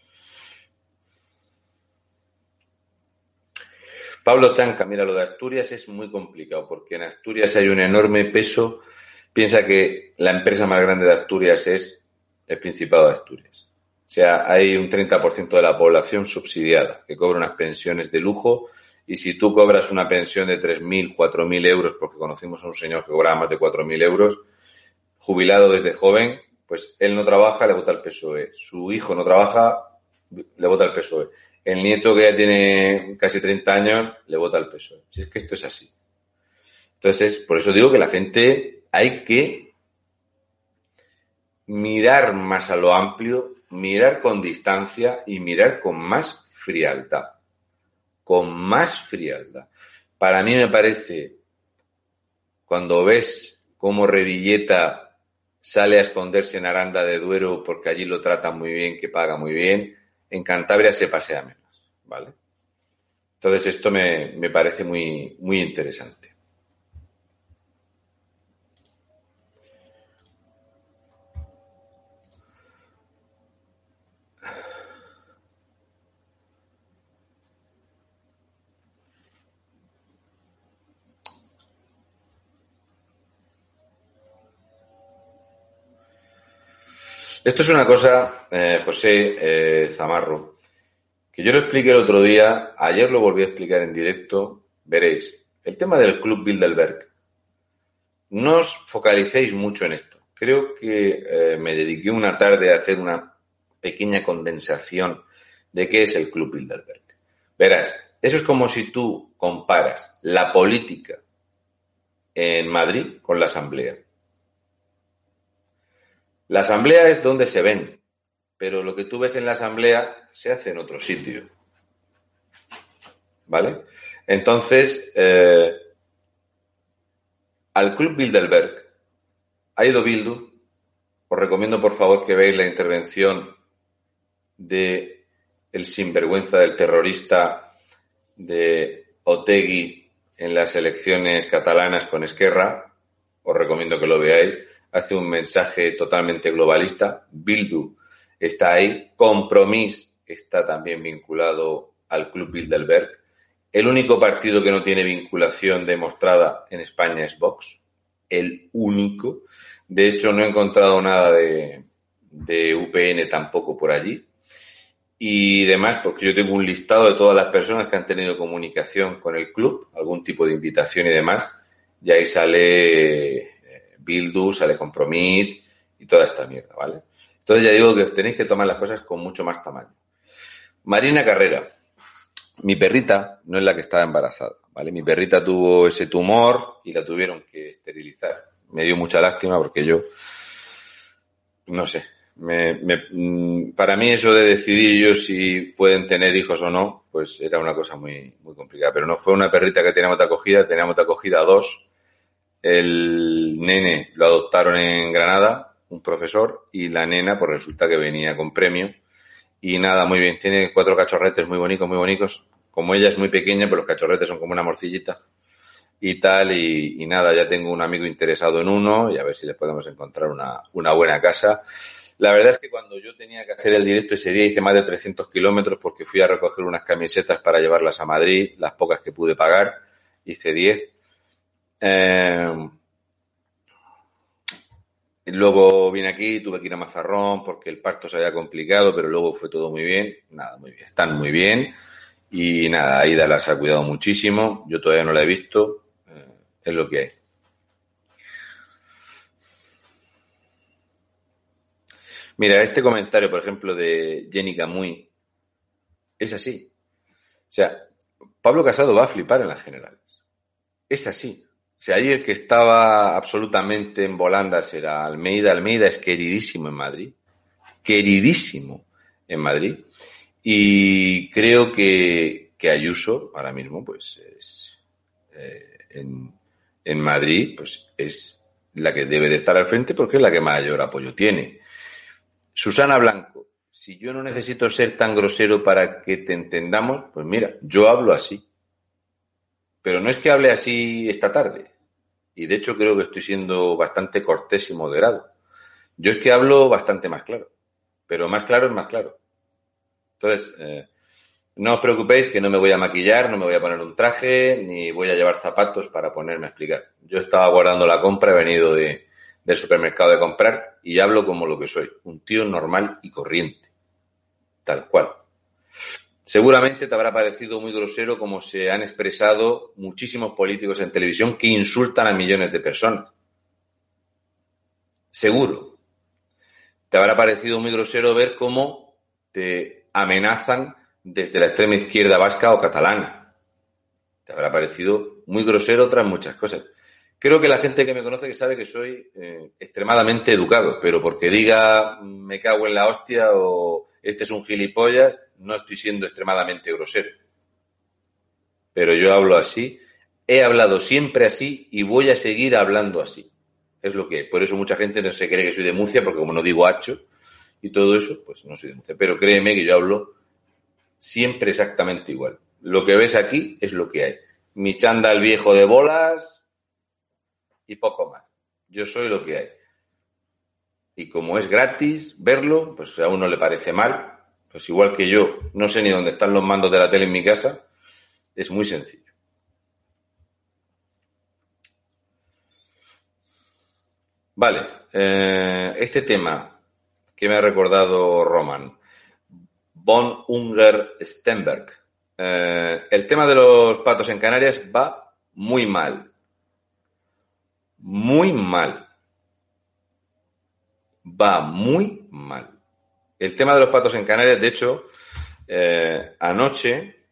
Pablo Chanca, mira, lo de Asturias es muy complicado porque en Asturias hay un enorme peso. Piensa que la empresa más grande de Asturias es el Principado de Asturias. O sea, hay un 30% de la población subsidiada que cobra unas pensiones de lujo y si tú cobras una pensión de 3.000, 4.000 euros, porque conocimos a un señor que cobraba más de 4.000 euros, jubilado desde joven, pues él no trabaja, le vota el PSOE. Su hijo no trabaja, le vota el PSOE. El nieto que ya tiene casi 30 años le vota al PSOE. Si es que esto es así. Entonces, por eso digo que la gente hay que mirar más a lo amplio, mirar con distancia y mirar con más frialdad. Con más frialdad. Para mí me parece, cuando ves cómo Revilleta sale a esconderse en Aranda de Duero porque allí lo tratan muy bien, que paga muy bien, en Cantabria se pasea menos, ¿vale? Entonces esto me parece muy, muy interesante. Esto es una cosa, José Zamarro, que yo lo expliqué el otro día, ayer lo volví a explicar en directo, veréis. El tema del Club Bilderberg. No os focalicéis mucho en esto. Creo que me dediqué una tarde a hacer una pequeña condensación de qué es el Club Bilderberg. Verás, eso es como si tú comparas la política en Madrid con la Asamblea. La Asamblea es donde se ven, pero lo que tú ves en la Asamblea se hace en otro sitio. ¿Vale? Entonces, al Club Bilderberg ha ido Bildu. Os recomiendo, por favor, que veáis la intervención de el sinvergüenza del terrorista de Otegi en las elecciones catalanas con Esquerra. Os recomiendo que lo veáis. Hace un mensaje totalmente globalista. Bildu está ahí. Compromís está también vinculado al Club Bilderberg. El único partido que no tiene vinculación demostrada en España es Vox. El único. De hecho, no he encontrado nada de UPN tampoco por allí. Y demás, porque yo tengo un listado de todas las personas que han tenido comunicación con el club, algún tipo de invitación y demás, y ahí sale Bildu, sale Compromís y toda esta mierda, ¿vale? Entonces ya digo que tenéis que tomar las cosas con mucho más tamaño. Marina Carrera. Mi perrita no es la que estaba embarazada, ¿vale? Mi perrita tuvo ese tumor y la tuvieron que esterilizar. Me dio mucha lástima porque yo, no sé, para mí eso de decidir yo si pueden tener hijos o no, pues era una cosa muy, muy complicada. Pero no fue una perrita que teníamos de acogida 2. El nene lo adoptaron en Granada, un profesor, y la nena, pues resulta que venía con premio. Y nada, muy bien, tiene 4 cachorretes muy bonitos. Como ella es muy pequeña, pues los cachorretes son como una morcillita y tal, y nada, ya tengo un amigo interesado en uno y a ver si le podemos encontrar una buena casa. La verdad es que cuando yo tenía que hacer el directo ese día hice más de 300 kilómetros porque fui a recoger unas camisetas para llevarlas a Madrid, las pocas que pude pagar, hice 10. Luego vine aquí, tuve que ir a Mazarrón porque el parto se había complicado, pero luego fue todo muy bien. Nada, muy bien, están muy bien. Y nada, Aida las ha cuidado muchísimo. Yo todavía no la he visto. Es lo que hay. Mira, este comentario, por ejemplo, de Jenny Camuy, es así. O sea, Pablo Casado va a flipar en las generales. Es así. O sea, ahí el que estaba absolutamente en volandas era Almeida. Almeida es queridísimo en Madrid. Queridísimo en Madrid. Y creo que Ayuso, ahora mismo, pues es en Madrid, pues es la que debe de estar al frente porque es la que mayor apoyo tiene. Susana Blanco, si yo no necesito ser tan grosero para que te entendamos, pues mira, yo hablo así. Pero no es que hable así esta tarde. Y de hecho creo que estoy siendo bastante cortés y moderado. Yo es que hablo bastante más claro. Pero más claro es más claro. Entonces, no os preocupéis que no me voy a maquillar, no me voy a poner un traje, ni voy a llevar zapatos para ponerme a explicar. Yo estaba guardando la compra, he venido del supermercado de comprar y hablo como lo que soy. Un tío normal y corriente. Tal cual. Seguramente te habrá parecido muy grosero como se han expresado muchísimos políticos en televisión que insultan a millones de personas. Seguro. Te habrá parecido muy grosero ver cómo te amenazan desde la extrema izquierda vasca o catalana. Te habrá parecido muy grosero otras muchas cosas. Creo que la gente que me conoce que sabe que soy extremadamente educado, pero porque diga me cago en la hostia o este es un gilipollas, no estoy siendo extremadamente grosero. Pero yo hablo así, he hablado siempre así y voy a seguir hablando así. Es lo que es. Por eso mucha gente no se cree que soy de Murcia, porque como no digo hacho y todo eso, pues no soy de Murcia. Pero créeme que yo hablo siempre exactamente igual. Lo que ves aquí es lo que hay. Mi chándal viejo de bolas y poco más. Yo soy lo que hay. Y como es gratis verlo, pues a uno le parece mal. Pues igual que yo no sé ni dónde están los mandos de la tele en mi casa, es muy sencillo. Vale, este tema que me ha recordado Roman, von Unger Stenberg. El tema de los patos en Canarias va muy mal. Muy mal. Va muy mal. El tema de los patos en Canarias, de hecho, anoche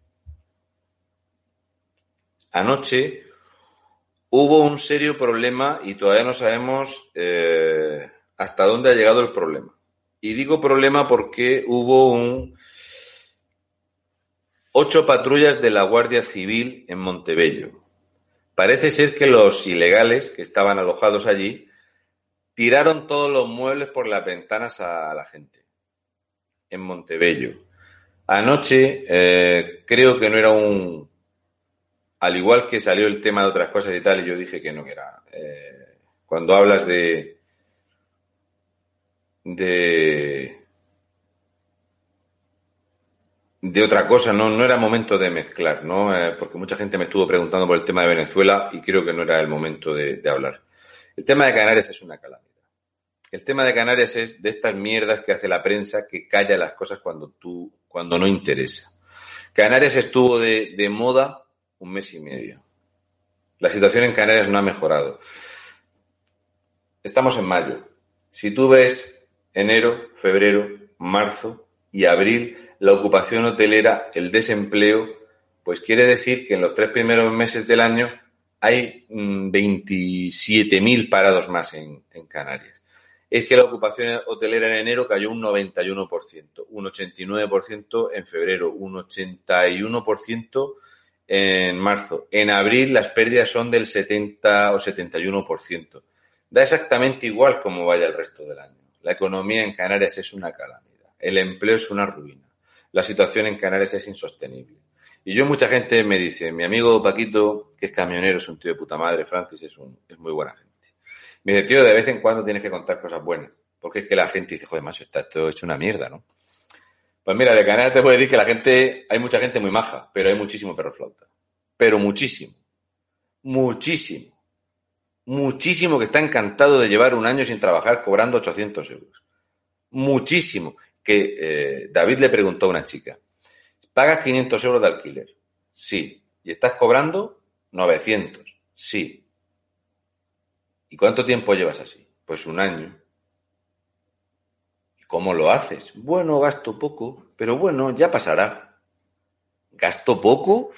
hubo un serio problema y todavía no sabemos hasta dónde ha llegado el problema. Y digo problema porque hubo 8 patrullas de la Guardia Civil en Montebello. Parece ser que los ilegales que estaban alojados allí tiraron todos los muebles por las ventanas a la gente en Montebello. Anoche creo que no era al igual que salió el tema de otras cosas y tal, y yo dije que no, que era... cuando hablas de otra cosa, no era momento de mezclar, ¿no? Porque mucha gente me estuvo preguntando por el tema de Venezuela y creo que no era el momento de hablar. El tema de Canarias es una calamidad. El tema de Canarias es de estas mierdas que hace la prensa que calla las cosas cuando no interesa. Canarias estuvo de moda 1 mes y medio. La situación en Canarias no ha mejorado. Estamos en mayo. Si tú ves enero, febrero, marzo y abril, la ocupación hotelera, el desempleo, pues quiere decir que en los 3 primeros meses del año hay 27.000 parados más en Canarias. Es que la ocupación hotelera en enero cayó un 91%, un 89% en febrero, un 81% en marzo. En abril las pérdidas son del 70 o 71%. Da exactamente igual cómo vaya el resto del año. La economía en Canarias es una calamidad. El empleo es una ruina. La situación en Canarias es insostenible. Y mucha gente me dice, mi amigo Paquito, que es camionero, es un tío de puta madre, Francis es muy buena gente. Me dice, tío, de vez en cuando tienes que contar cosas buenas. Porque es que la gente dice, joder, macho, está esto hecho una mierda, ¿no? Pues mira, de Canarias te puedo decir que hay mucha gente muy maja, pero hay muchísimo perro flauta. Pero muchísimo. Muchísimo. Muchísimo que está encantado de llevar 1 año sin trabajar cobrando 800 euros. Muchísimo. Que David le preguntó a una chica, ¿pagas 500 euros de alquiler? Sí. ¿Y estás cobrando 900? Sí. ¿Y cuánto tiempo llevas así? Pues 1 año. ¿Y cómo lo haces? Bueno, gasto poco, pero bueno, ya pasará. ¿Gasto poco?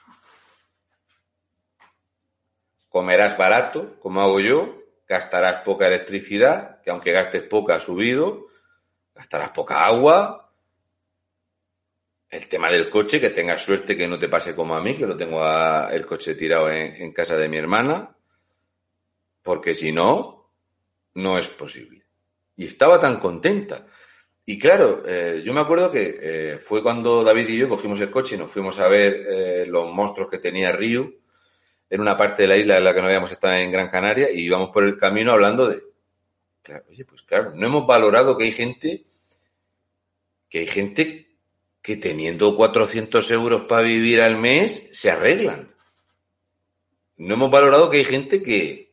Comerás barato, como hago yo, gastarás poca electricidad, que aunque gastes poca ha subido, gastarás poca agua. El tema del coche, que tengas suerte que no te pase como a mí, que lo tengo el coche tirado en casa de mi hermana, porque si no, no es posible. Y estaba tan contenta. Y claro, yo me acuerdo que fue cuando David y yo cogimos el coche y nos fuimos a ver los monstruos que tenía Riu en una parte de la isla en la que no habíamos estado en Gran Canaria, y íbamos por el camino hablando de... Claro, oye, pues claro, no hemos valorado que hay gente que teniendo 400 euros para vivir al mes se arreglan. No hemos valorado que hay gente que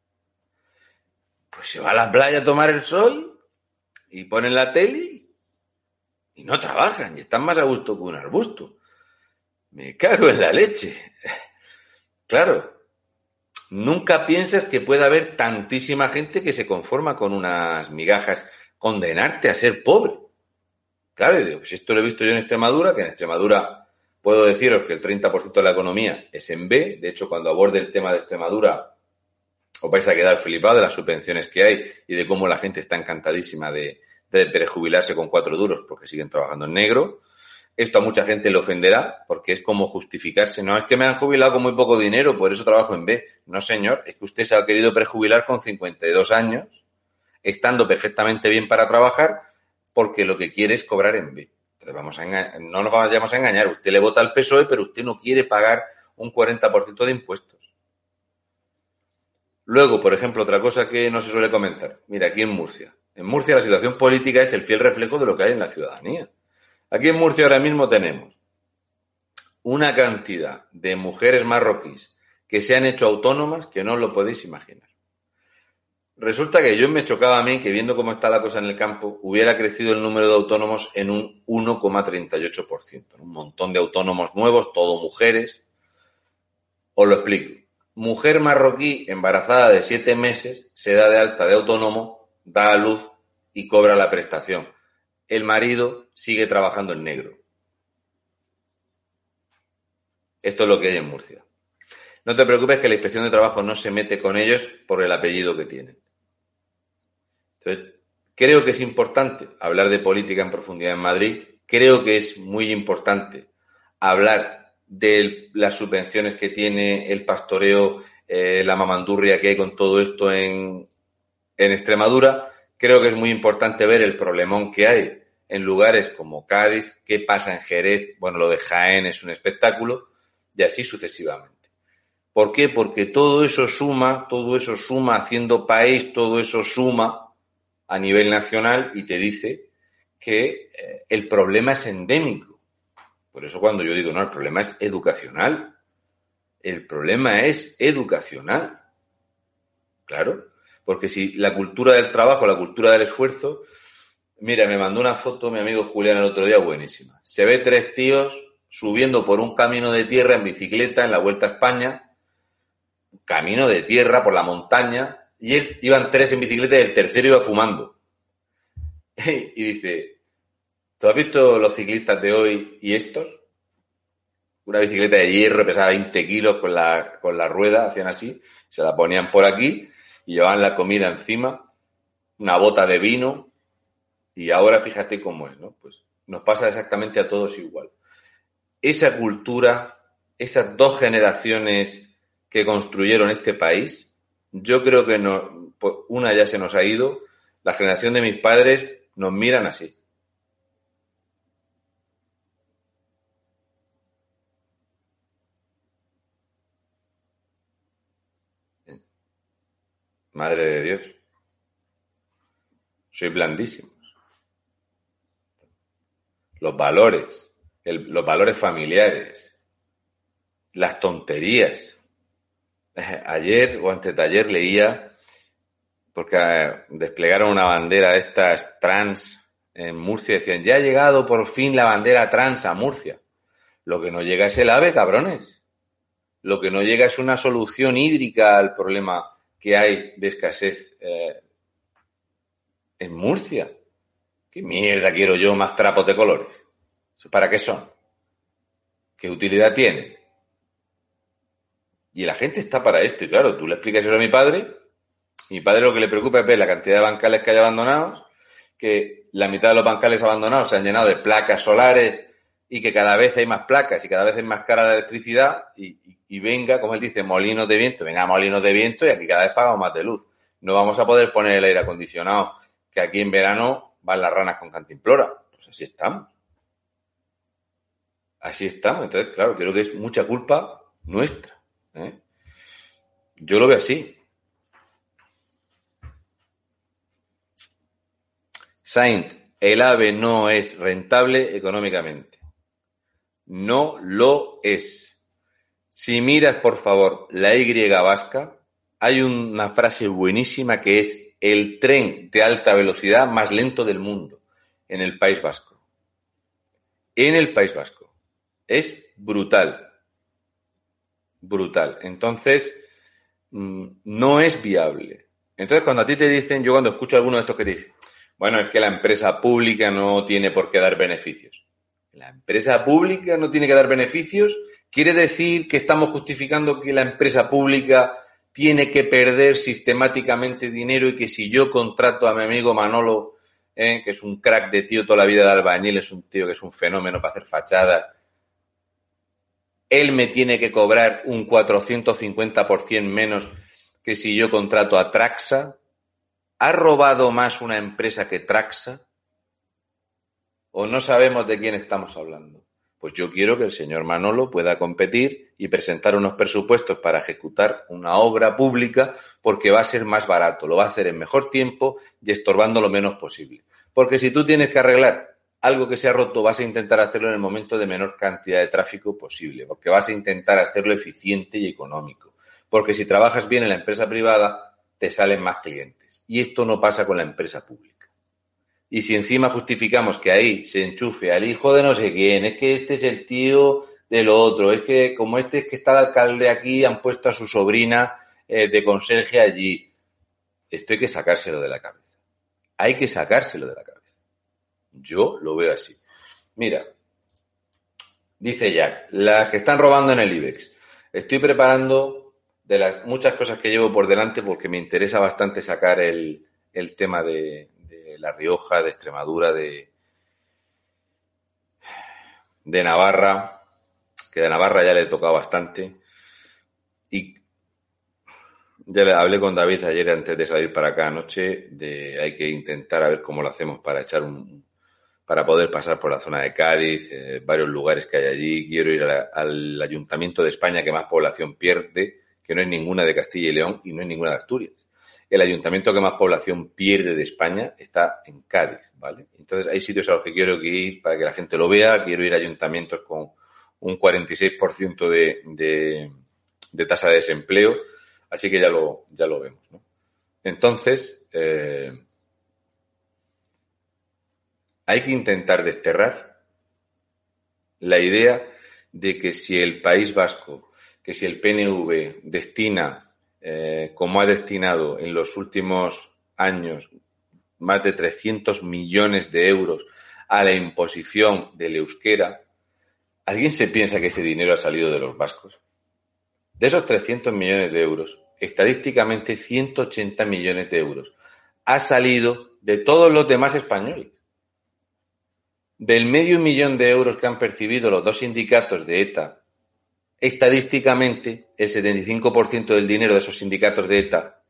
pues se va a la playa a tomar el sol y ponen la tele y no trabajan y están más a gusto que un arbusto. Me cago en la leche. Claro, nunca piensas que pueda haber tantísima gente que se conforma con unas migajas, condenarte a ser pobre. Claro, y digo, pues esto lo he visto yo en Extremadura, que en Extremadura puedo deciros que el 30% de la economía es en B. De hecho, cuando aborde el tema de Extremadura, os vais a quedar flipados de las subvenciones que hay y de cómo la gente está encantadísima de prejubilarse con 4 duros porque siguen trabajando en negro. Esto a mucha gente le ofenderá porque es como justificarse. No, es que me han jubilado con muy poco dinero, por eso trabajo en B. No, señor, es que usted se ha querido prejubilar con 52 años, estando perfectamente bien para trabajar, porque lo que quiere es cobrar en B. Entonces no nos vayamos a engañar. Usted le vota al PSOE, pero usted no quiere pagar un 40% de impuestos. Luego, por ejemplo, otra cosa que no se suele comentar. Mira, aquí en Murcia. En Murcia la situación política es el fiel reflejo de lo que hay en la ciudadanía. Aquí en Murcia ahora mismo tenemos una cantidad de mujeres marroquíes que se han hecho autónomas que no os lo podéis imaginar. Resulta que yo me chocaba a mí que viendo cómo está la cosa en el campo hubiera crecido el número de autónomos en un 1,38%. Un montón de autónomos nuevos, todo mujeres. Os lo explico. Mujer marroquí embarazada de 7 meses se da de alta de autónomo, da a luz y cobra la prestación. El marido sigue trabajando en negro. Esto es lo que hay en Murcia. No te preocupes que la Inspección de Trabajo no se mete con ellos por el apellido que tienen. Entonces, creo que es importante hablar de política en profundidad en Madrid. Creo que es muy importante hablar de las subvenciones que tiene el pastoreo, la mamandurria que hay con todo esto en Extremadura. Creo que es muy importante ver el problemón que hay en lugares como Cádiz, qué pasa en Jerez, bueno, lo de Jaén es un espectáculo, y así sucesivamente. ¿Por qué? Porque todo eso suma haciendo país, todo eso suma a nivel nacional y te dice que el problema es endémico. Por eso cuando yo digo, no, el problema es educacional. El problema es educacional. Claro, porque si la cultura del trabajo, la cultura del esfuerzo... Mira, me mandó una foto mi amigo Julián el otro día, buenísima. Se ve 3 tíos subiendo por un camino de tierra en bicicleta en la Vuelta a España, camino de tierra por la montaña, y iban 3 en bicicleta y el tercero iba fumando. Y dice, ¿tú has visto los ciclistas de hoy y estos? Una bicicleta de hierro, pesaba 20 kilos con la rueda, hacían así, se la ponían por aquí y llevaban la comida encima, una bota de vino. Y ahora fíjate cómo es, ¿no? Pues nos pasa exactamente a todos igual. Esa cultura, esas 2 generaciones que construyeron este país, yo creo que no, pues una ya se nos ha ido. La generación de mis padres nos miran así. Madre de Dios. Soy blandísimo. Los valores familiares, las tonterías. Ayer o antes de ayer leía, porque desplegaron una bandera de estas trans en Murcia, decían, ya ha llegado por fin la bandera trans a Murcia. Lo que no llega es el AVE, cabrones. Lo que no llega es una solución hídrica al problema que hay de escasez en Murcia. ¿Qué mierda quiero yo más trapos de colores? ¿Para qué son? ¿Qué utilidad tienen? Y la gente está para esto. Y claro, tú le explicas eso a mi padre. Y mi padre lo que le preocupa es ver la cantidad de bancales que hay abandonados, que la mitad de los bancales abandonados se han llenado de placas solares y que cada vez hay más placas y cada vez es más cara la electricidad y venga, como él dice, molinos de viento. Venga, molinos de viento y aquí cada vez pagamos más de luz. No vamos a poder poner el aire acondicionado, que aquí en verano van las ranas con cantimplora. Pues así estamos. Así estamos. Entonces, claro, creo que es mucha culpa nuestra. Yo lo veo así. Sainz, el AVE no es rentable económicamente. No lo es. Si miras, por favor, la Y vasca, hay una frase buenísima que es el tren de alta velocidad más lento del mundo en el País Vasco. En el País Vasco. Es brutal. Brutal. Entonces, no es viable. Entonces, cuando a ti te dicen, yo cuando escucho a alguno de estos que te dicen, bueno, es que la empresa pública no tiene por qué dar beneficios. ¿La empresa pública no tiene que dar beneficios? ¿Quiere decir que estamos justificando que la empresa pública tiene que perder sistemáticamente dinero y que si yo contrato a mi amigo Manolo, que es un crack de tío toda la vida de albañil, es un tío que es un fenómeno para hacer fachadas, él me tiene que cobrar un 450% menos que si yo contrato a Traxa? ¿Ha robado más una empresa que Traxa? ¿O no sabemos de quién estamos hablando? Pues yo quiero que el señor Manolo pueda competir y presentar unos presupuestos para ejecutar una obra pública porque va a ser más barato, lo va a hacer en mejor tiempo y estorbando lo menos posible. Porque si tú tienes que arreglar algo que se ha roto, vas a intentar hacerlo en el momento de menor cantidad de tráfico posible, porque vas a intentar hacerlo eficiente y económico. Porque si trabajas bien en la empresa privada, te salen más clientes. Y esto no pasa con la empresa pública. Y si encima justificamos que ahí se enchufe al hijo de no sé quién, es que este es el tío de lo otro. Es que como es que está el alcalde aquí, han puesto a su sobrina de conserje allí. Esto hay que sacárselo de la cabeza. Hay que sacárselo de la cabeza. Yo lo veo así. Mira, dice Jack, las que están robando en el IBEX. Estoy preparando de las muchas cosas que llevo por delante porque me interesa bastante sacar el tema de La Rioja, de Extremadura, de Navarra, que de Navarra ya le he tocado bastante. Y ya le hablé con David ayer antes de salir para acá anoche, hay que intentar a ver cómo lo hacemos para para poder pasar por la zona de Cádiz, varios lugares que hay allí. Quiero ir al Ayuntamiento de España que más población pierde, que no es ninguna de Castilla y León y no es ninguna de Asturias. El ayuntamiento que más población pierde de España está en Cádiz, ¿vale? Entonces hay sitios a los que quiero ir para que la gente lo vea. Quiero ir a ayuntamientos con un 46% de tasa de desempleo, así que ya lo vemos, ¿no? Entonces, hay que intentar desterrar la idea de que si el País Vasco, que si el PNV destina, como ha destinado en los últimos años, más de 300 millones de euros a la imposición del euskera, ¿alguien se piensa que ese dinero ha salido de los vascos? De esos 300 millones de euros, estadísticamente 180 millones de euros ha salido de todos los demás españoles. Del 500.000 de euros que han percibido los dos sindicatos de ETA, estadísticamente el 75% del dinero de esos sindicatos de ETA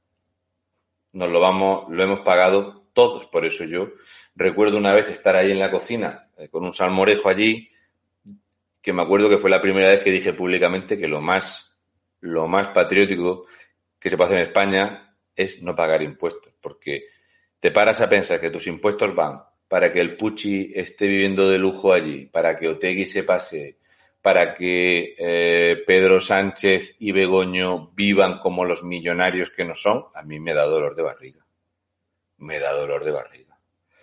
lo hemos pagado todos. Por eso yo recuerdo una vez estar ahí en la cocina con un salmorejo allí, que me acuerdo que fue la primera vez que dije públicamente que lo más patriótico que se puede hacer en España es no pagar impuestos, porque te paras a pensar que tus impuestos van para que el Pucci esté viviendo de lujo allí, para que Otegi se pase, para que Pedro Sánchez y Begoño vivan como los millonarios que no son. A mí me da dolor de barriga. Me da dolor de barriga.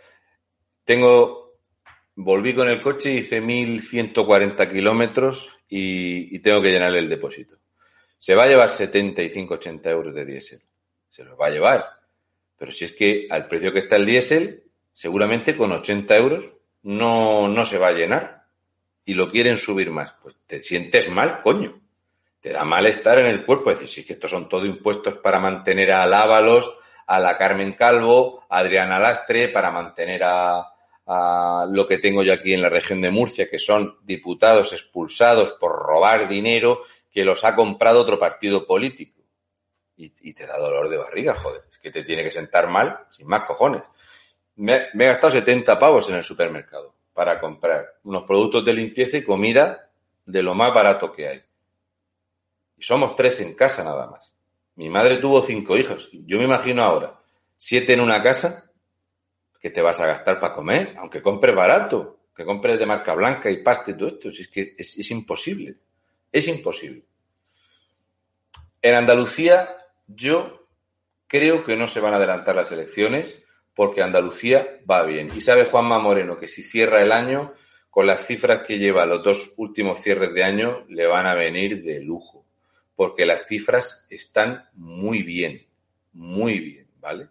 Volví con el coche, hice 1.140 kilómetros y tengo que llenarle el depósito. Se va a llevar 75-80 euros de diésel. Se los va a llevar. Pero si es que al precio que está el diésel, seguramente con 80 euros no se va a llenar. Y lo quieren subir más. Pues te sientes mal, coño. Te da malestar en el cuerpo. Es decir, si es que estos son todo impuestos para mantener a Ábalos, a la Carmen Calvo, a Adriana Lastre, para mantener a lo que tengo yo aquí en la región de Murcia, que son diputados expulsados por robar dinero que los ha comprado otro partido político. Y te da dolor de barriga, joder. Es que te tiene que sentar mal, sin más cojones. Me he gastado 70 pavos en el supermercado para comprar unos productos de limpieza y comida de lo más barato que hay. Y somos 3 en casa nada más. Mi madre tuvo 5 hijos. Yo me imagino ahora 7 en una casa. ¿Qué te vas a gastar para comer? Aunque compres barato, que compres de marca blanca y pasta y todo esto. Es que es imposible. Es imposible. En Andalucía yo creo que no se van a adelantar las elecciones porque Andalucía va bien. Y sabe Juanma Moreno que si cierra el año, con las cifras que lleva los 2 últimos cierres de año, le van a venir de lujo. Porque las cifras están muy bien, ¿vale?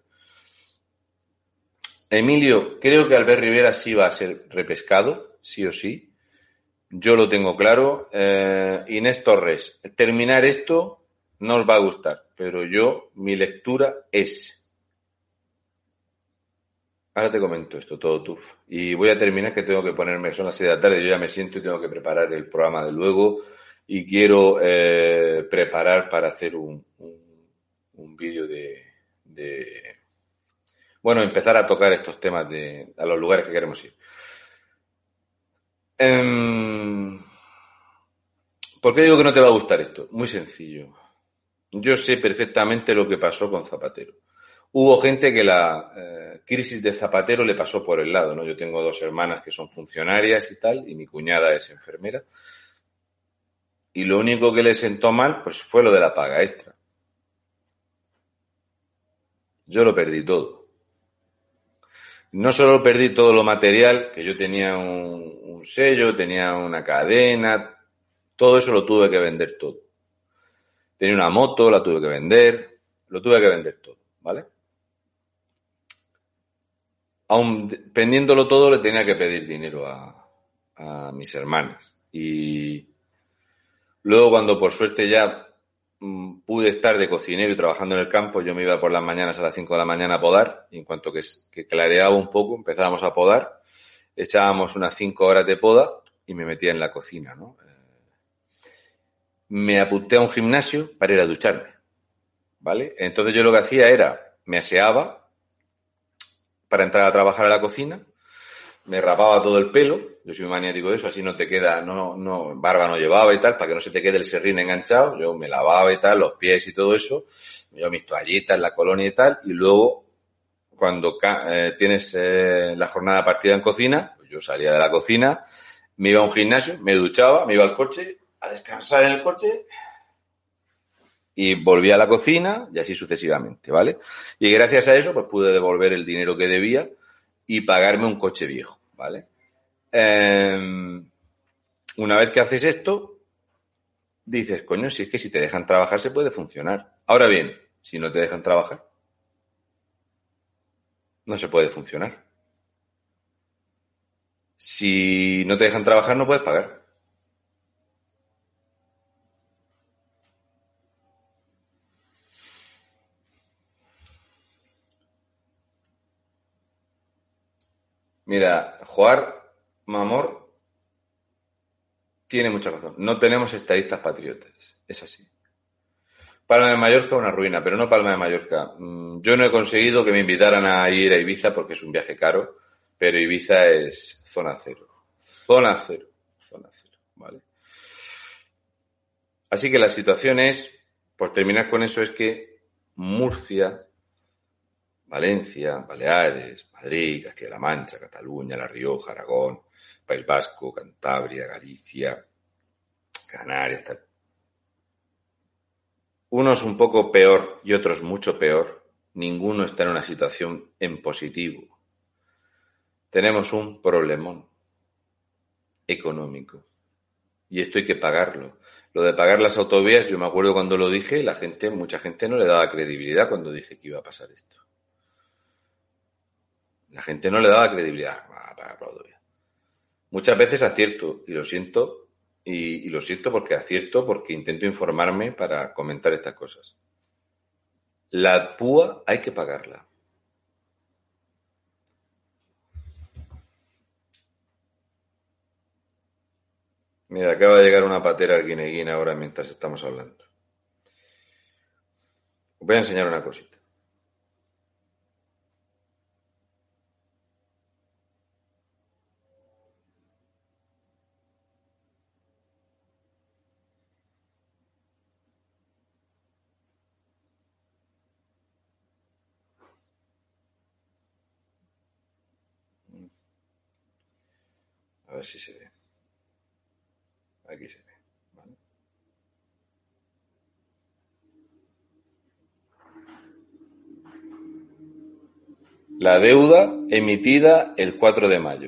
Emilio, creo que Albert Rivera sí va a ser repescado, sí o sí. Yo lo tengo claro. Inés Torres, terminar esto no os va a gustar, pero mi lectura es... Ahora te comento esto todo tú. Y voy a terminar que tengo que ponerme, son las 6 de la tarde, yo ya me siento y tengo que preparar el programa de luego y quiero preparar para hacer un vídeo bueno, empezar a tocar estos temas a los lugares que queremos ir. ¿Por qué digo que no te va a gustar esto? Muy sencillo. Yo sé perfectamente lo que pasó con Zapatero. Hubo gente que la crisis de Zapatero le pasó por el lado, ¿no? Yo tengo 2 hermanas que son funcionarias y tal, y mi cuñada es enfermera. Y lo único que le sentó mal, pues fue lo de la paga extra. Yo lo perdí todo. No solo perdí todo lo material, que yo tenía un sello, tenía una cadena, Todo eso lo tuve que vender todo. Tenía una moto, la tuve que vender, lo tuve que vender todo, ¿vale? Aún vendiéndolo todo, le tenía que pedir dinero a mis hermanas. Y luego, cuando por suerte ya pude estar de cocinero y trabajando en el campo, yo me iba por las mañanas a las 5 de la mañana a podar, y en cuanto que clareaba un poco, empezábamos a podar, echábamos unas 5 horas de poda y me metía en la cocina, ¿no? Me apunté a un gimnasio para ir a ducharme, ¿vale? Entonces yo lo que hacía era, me aseaba para entrar a trabajar a la cocina, me rapaba todo el pelo, yo soy maniático de eso, así no te queda, barba no llevaba y tal, para que no se te quede el serrín enganchado, yo me lavaba y tal, los pies y todo eso, yo mis toallitas, la colonia y tal, y luego, cuando tienes la jornada partida en cocina, pues yo salía de la cocina, me iba a un gimnasio, me duchaba, me iba al coche, a descansar en el coche, y volvía a la cocina, y así sucesivamente, ¿vale? Y gracias a eso, pues pude devolver el dinero que debía, y pagarme un coche viejo, ¿vale? Una vez que haces esto, dices, coño, si es que si te dejan trabajar se puede funcionar. Ahora bien, si no te dejan trabajar, no se puede funcionar. Si no te dejan trabajar, no puedes pagar. Mira, Joar Mamor tiene mucha razón. No tenemos estadistas patriotas. Es así. Palma de Mallorca una ruina, pero no Palma de Mallorca. Yo no he conseguido que me invitaran a ir a Ibiza porque es un viaje caro, pero Ibiza es zona cero. Zona cero. Zona cero, ¿vale? Así que la situación es, por terminar con eso, es que Murcia, Valencia, Baleares, Madrid, Castilla-La Mancha, Cataluña, La Rioja, Aragón, País Vasco, Cantabria, Galicia, Canarias, tal. Unos un poco peor y otros mucho peor. Ninguno está en una situación en positivo. Tenemos un problemón económico y esto hay que pagarlo. Lo de pagar las autovías, yo me acuerdo cuando lo dije, mucha gente no le daba credibilidad cuando dije que iba a pasar esto. La gente no le daba credibilidad a pagar la autovía. Muchas veces acierto y lo siento. Y lo siento porque acierto, porque intento informarme para comentar estas cosas. La púa hay que pagarla. Mira, acaba de llegar una patera al Guineguín ahora mientras estamos hablando. Os voy a enseñar una cosita. A ver si se ve. Aquí se ve, ¿vale? La deuda emitida el 4 de mayo.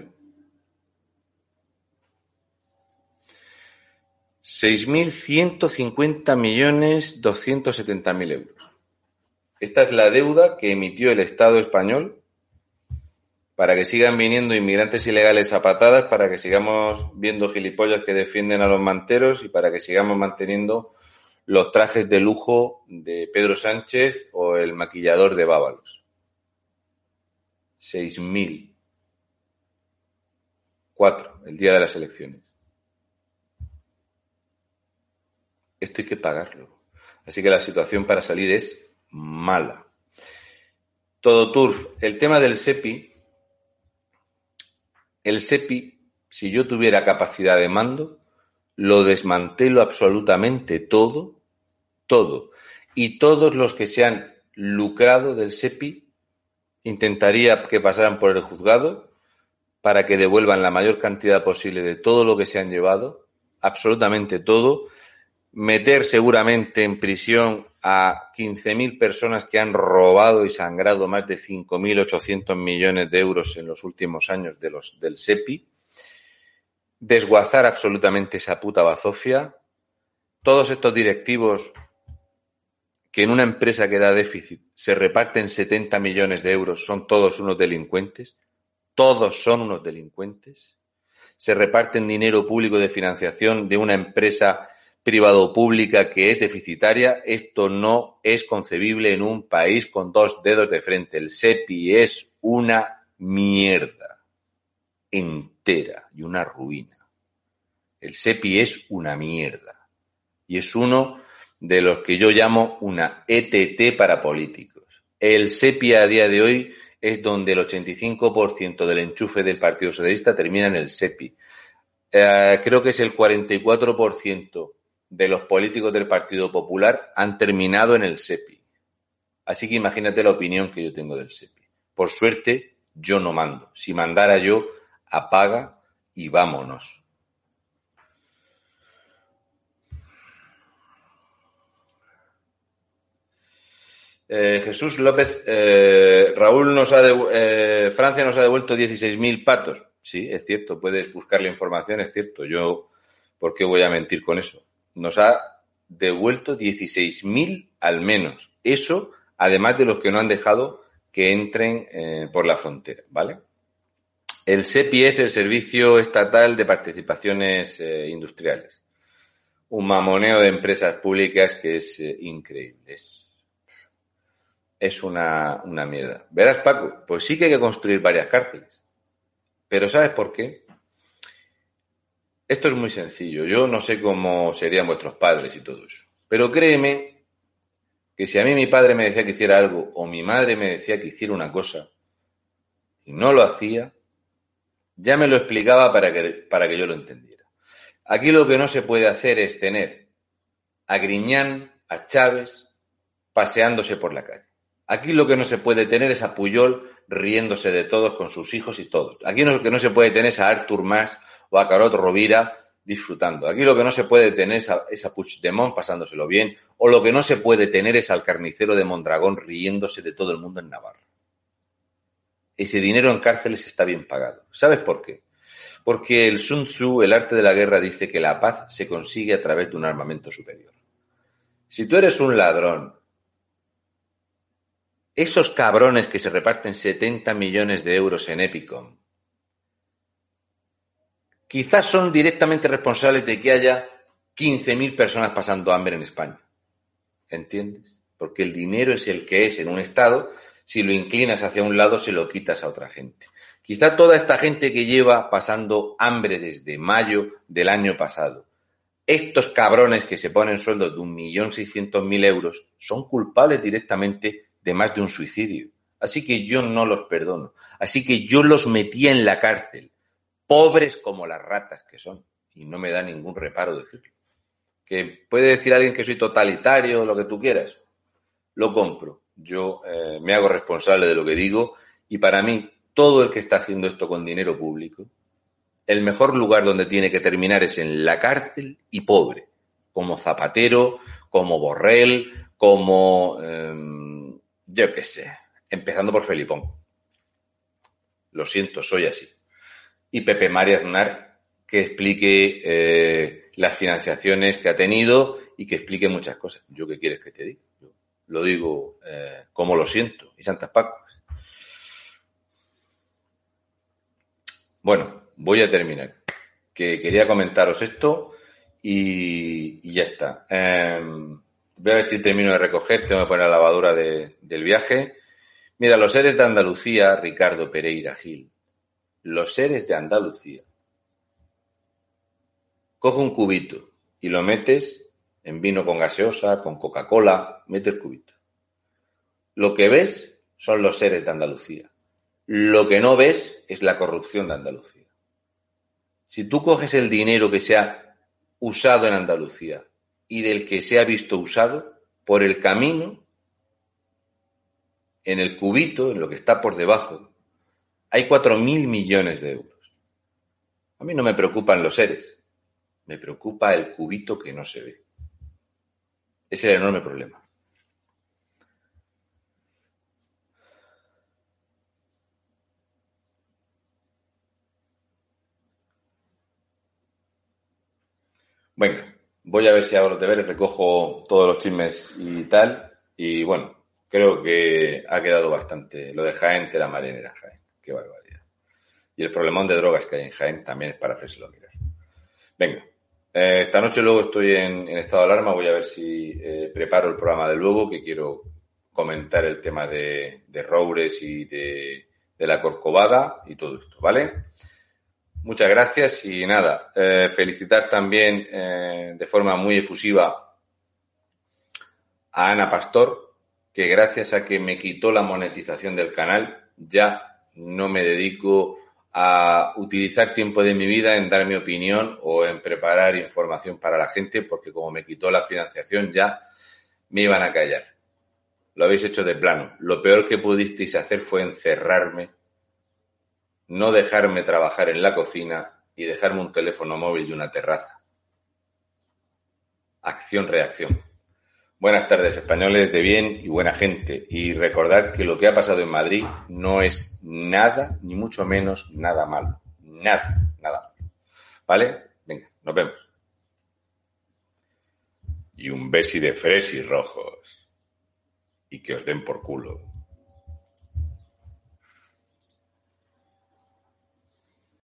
6.150.270.000 euros. Esta es la deuda que emitió el Estado español para que sigan viniendo inmigrantes ilegales a patadas, para que sigamos viendo gilipollas que defienden a los manteros y para que sigamos manteniendo los trajes de lujo de Pedro Sánchez o el maquillador de Bábalos. 6.000. 4, el día de las elecciones. Esto hay que pagarlo. Así que la situación para salir es mala. Todo turf. El tema del SEPI. El SEPI, si yo tuviera capacidad de mando, lo desmantelo absolutamente todo. Y todos los que se han lucrado del SEPI, intentaría que pasaran por el juzgado para que devuelvan la mayor cantidad posible de todo lo que se han llevado, absolutamente todo, meter seguramente en prisión a 15.000 personas que han robado y sangrado más de 5.800 millones de euros en los últimos años del SEPI, desguazar absolutamente esa puta bazofia. Todos estos directivos que en una empresa que da déficit se reparten 70 millones de euros son todos unos delincuentes. Todos son unos delincuentes. Se reparten dinero público de financiación de una empresa privado-pública que es deficitaria. Esto no es concebible en un país con dos dedos de frente. El SEPI es una mierda entera y una ruina. El SEPI es una mierda y es uno de los que yo llamo una ETT para políticos. El SEPI a día de hoy es donde el 85% del enchufe del Partido Socialista termina en el SEPI. Creo que es el 44% de los políticos del Partido Popular han terminado en el SEPI. Así que imagínate la opinión que yo tengo del SEPI. Por suerte, yo no mando. Si mandara yo, apaga y vámonos. Jesús López, Francia nos ha devuelto 16.000 patos. Sí, es cierto, puedes buscar la información, es cierto. Yo, ¿por qué voy a mentir con eso? Nos ha devuelto 16.000 al menos. Eso, además de los que no han dejado que entren por la frontera, ¿vale? El SEPI es el Servicio Estatal de Participaciones Industriales. Un mamoneo de empresas públicas que es increíble. Es una mierda. Verás, Paco, pues sí que hay que construir varias cárceles. Pero ¿sabes por qué? Esto es muy sencillo. Yo no sé cómo serían vuestros padres y todo eso. Pero créeme que si a mí mi padre me decía que hiciera algo o mi madre me decía que hiciera una cosa y no lo hacía, ya me lo explicaba para que yo lo entendiera. Aquí lo que no se puede hacer es tener a Griñán, a Chávez, paseándose por la calle. Aquí lo que no se puede tener es a Puyol riéndose de todos con sus hijos y todos. Aquí lo que no se puede tener es a Artur Mas o a Carod Rovira disfrutando. Aquí lo que no se puede tener es a Puigdemont pasándoselo bien, o lo que no se puede tener es al carnicero de Mondragón riéndose de todo el mundo en Navarra. Ese dinero en cárceles está bien pagado. ¿Sabes por qué? Porque el Sun Tzu, el arte de la guerra, dice que la paz se consigue a través de un armamento superior. Si tú eres un ladrón, esos cabrones que se reparten 70 millones de euros en Epicom, quizás son directamente responsables de que haya 15.000 personas pasando hambre en España. ¿Entiendes? Porque el dinero es el que es en un estado. Si lo inclinas hacia un lado, se lo quitas a otra gente. Quizá toda esta gente que lleva pasando hambre desde mayo del año pasado, estos cabrones que se ponen sueldos de 1.600.000 euros, son culpables directamente de más de un suicidio. Así que yo no los perdono. Así que yo los metía en la cárcel, pobres como las ratas que son. Y no me da ningún reparo decirlo. Que puede decir alguien que soy totalitario, lo que tú quieras. Lo compro. Yo me hago responsable de lo que digo y para mí todo el que está haciendo esto con dinero público, el mejor lugar donde tiene que terminar es en la cárcel y pobre, como Zapatero, como Borrell, como yo qué sé, empezando por Felipón. Lo siento, soy así. Y Pepe María Aznar, que explique las financiaciones que ha tenido y que explique muchas cosas. ¿Yo qué quieres que te diga? Yo lo digo como lo siento, y santas Pacos. Bueno, voy a terminar. Que quería comentaros esto y ya está. Voy a ver si termino de recoger, tengo que poner la lavadora del viaje. Mira, los seres de Andalucía, Ricardo Pereira Gil, los seres de Andalucía. Coge un cubito y lo metes en vino con gaseosa, con Coca-Cola, mete el cubito. Lo que ves son los seres de Andalucía. Lo que no ves es la corrupción de Andalucía. Si tú coges el dinero que se ha usado en Andalucía y del que se ha visto usado, por el camino, en el cubito, en lo que está por debajo, hay 4.000 millones de euros. A mí no me preocupan los seres, me preocupa el cubito que no se ve. Ese es el enorme problema. Venga, voy a ver si hago los deberes, recojo todos los chismes y tal. Y bueno, creo que ha quedado bastante. Lo de Jaén te la marinera, Jaén. Qué barbaridad. Y el problemón de drogas que hay en Jaén también es para hacérselo mirar. Venga, esta noche luego estoy en estado de alarma. Voy a ver si preparo el programa de luego, que quiero comentar el tema de Roures y de la Corcovada y todo esto, ¿vale? Muchas gracias y nada, felicitar también de forma muy efusiva a Ana Pastor, que gracias a que me quitó la monetización del canal, ya no me dedico a utilizar tiempo de mi vida en dar mi opinión o en preparar información para la gente, porque como me quitó la financiación ya me iban a callar. Lo habéis hecho de plano. Lo peor que pudisteis hacer fue encerrarme, no dejarme trabajar en la cocina y dejarme un teléfono móvil y una terraza. Acción-reacción. Buenas tardes, españoles de bien y buena gente. Y recordad que lo que ha pasado en Madrid no es nada, ni mucho menos nada malo. Nada malo. ¿Vale? Venga, nos vemos. Y un besi de fresis rojos. Y que os den por culo.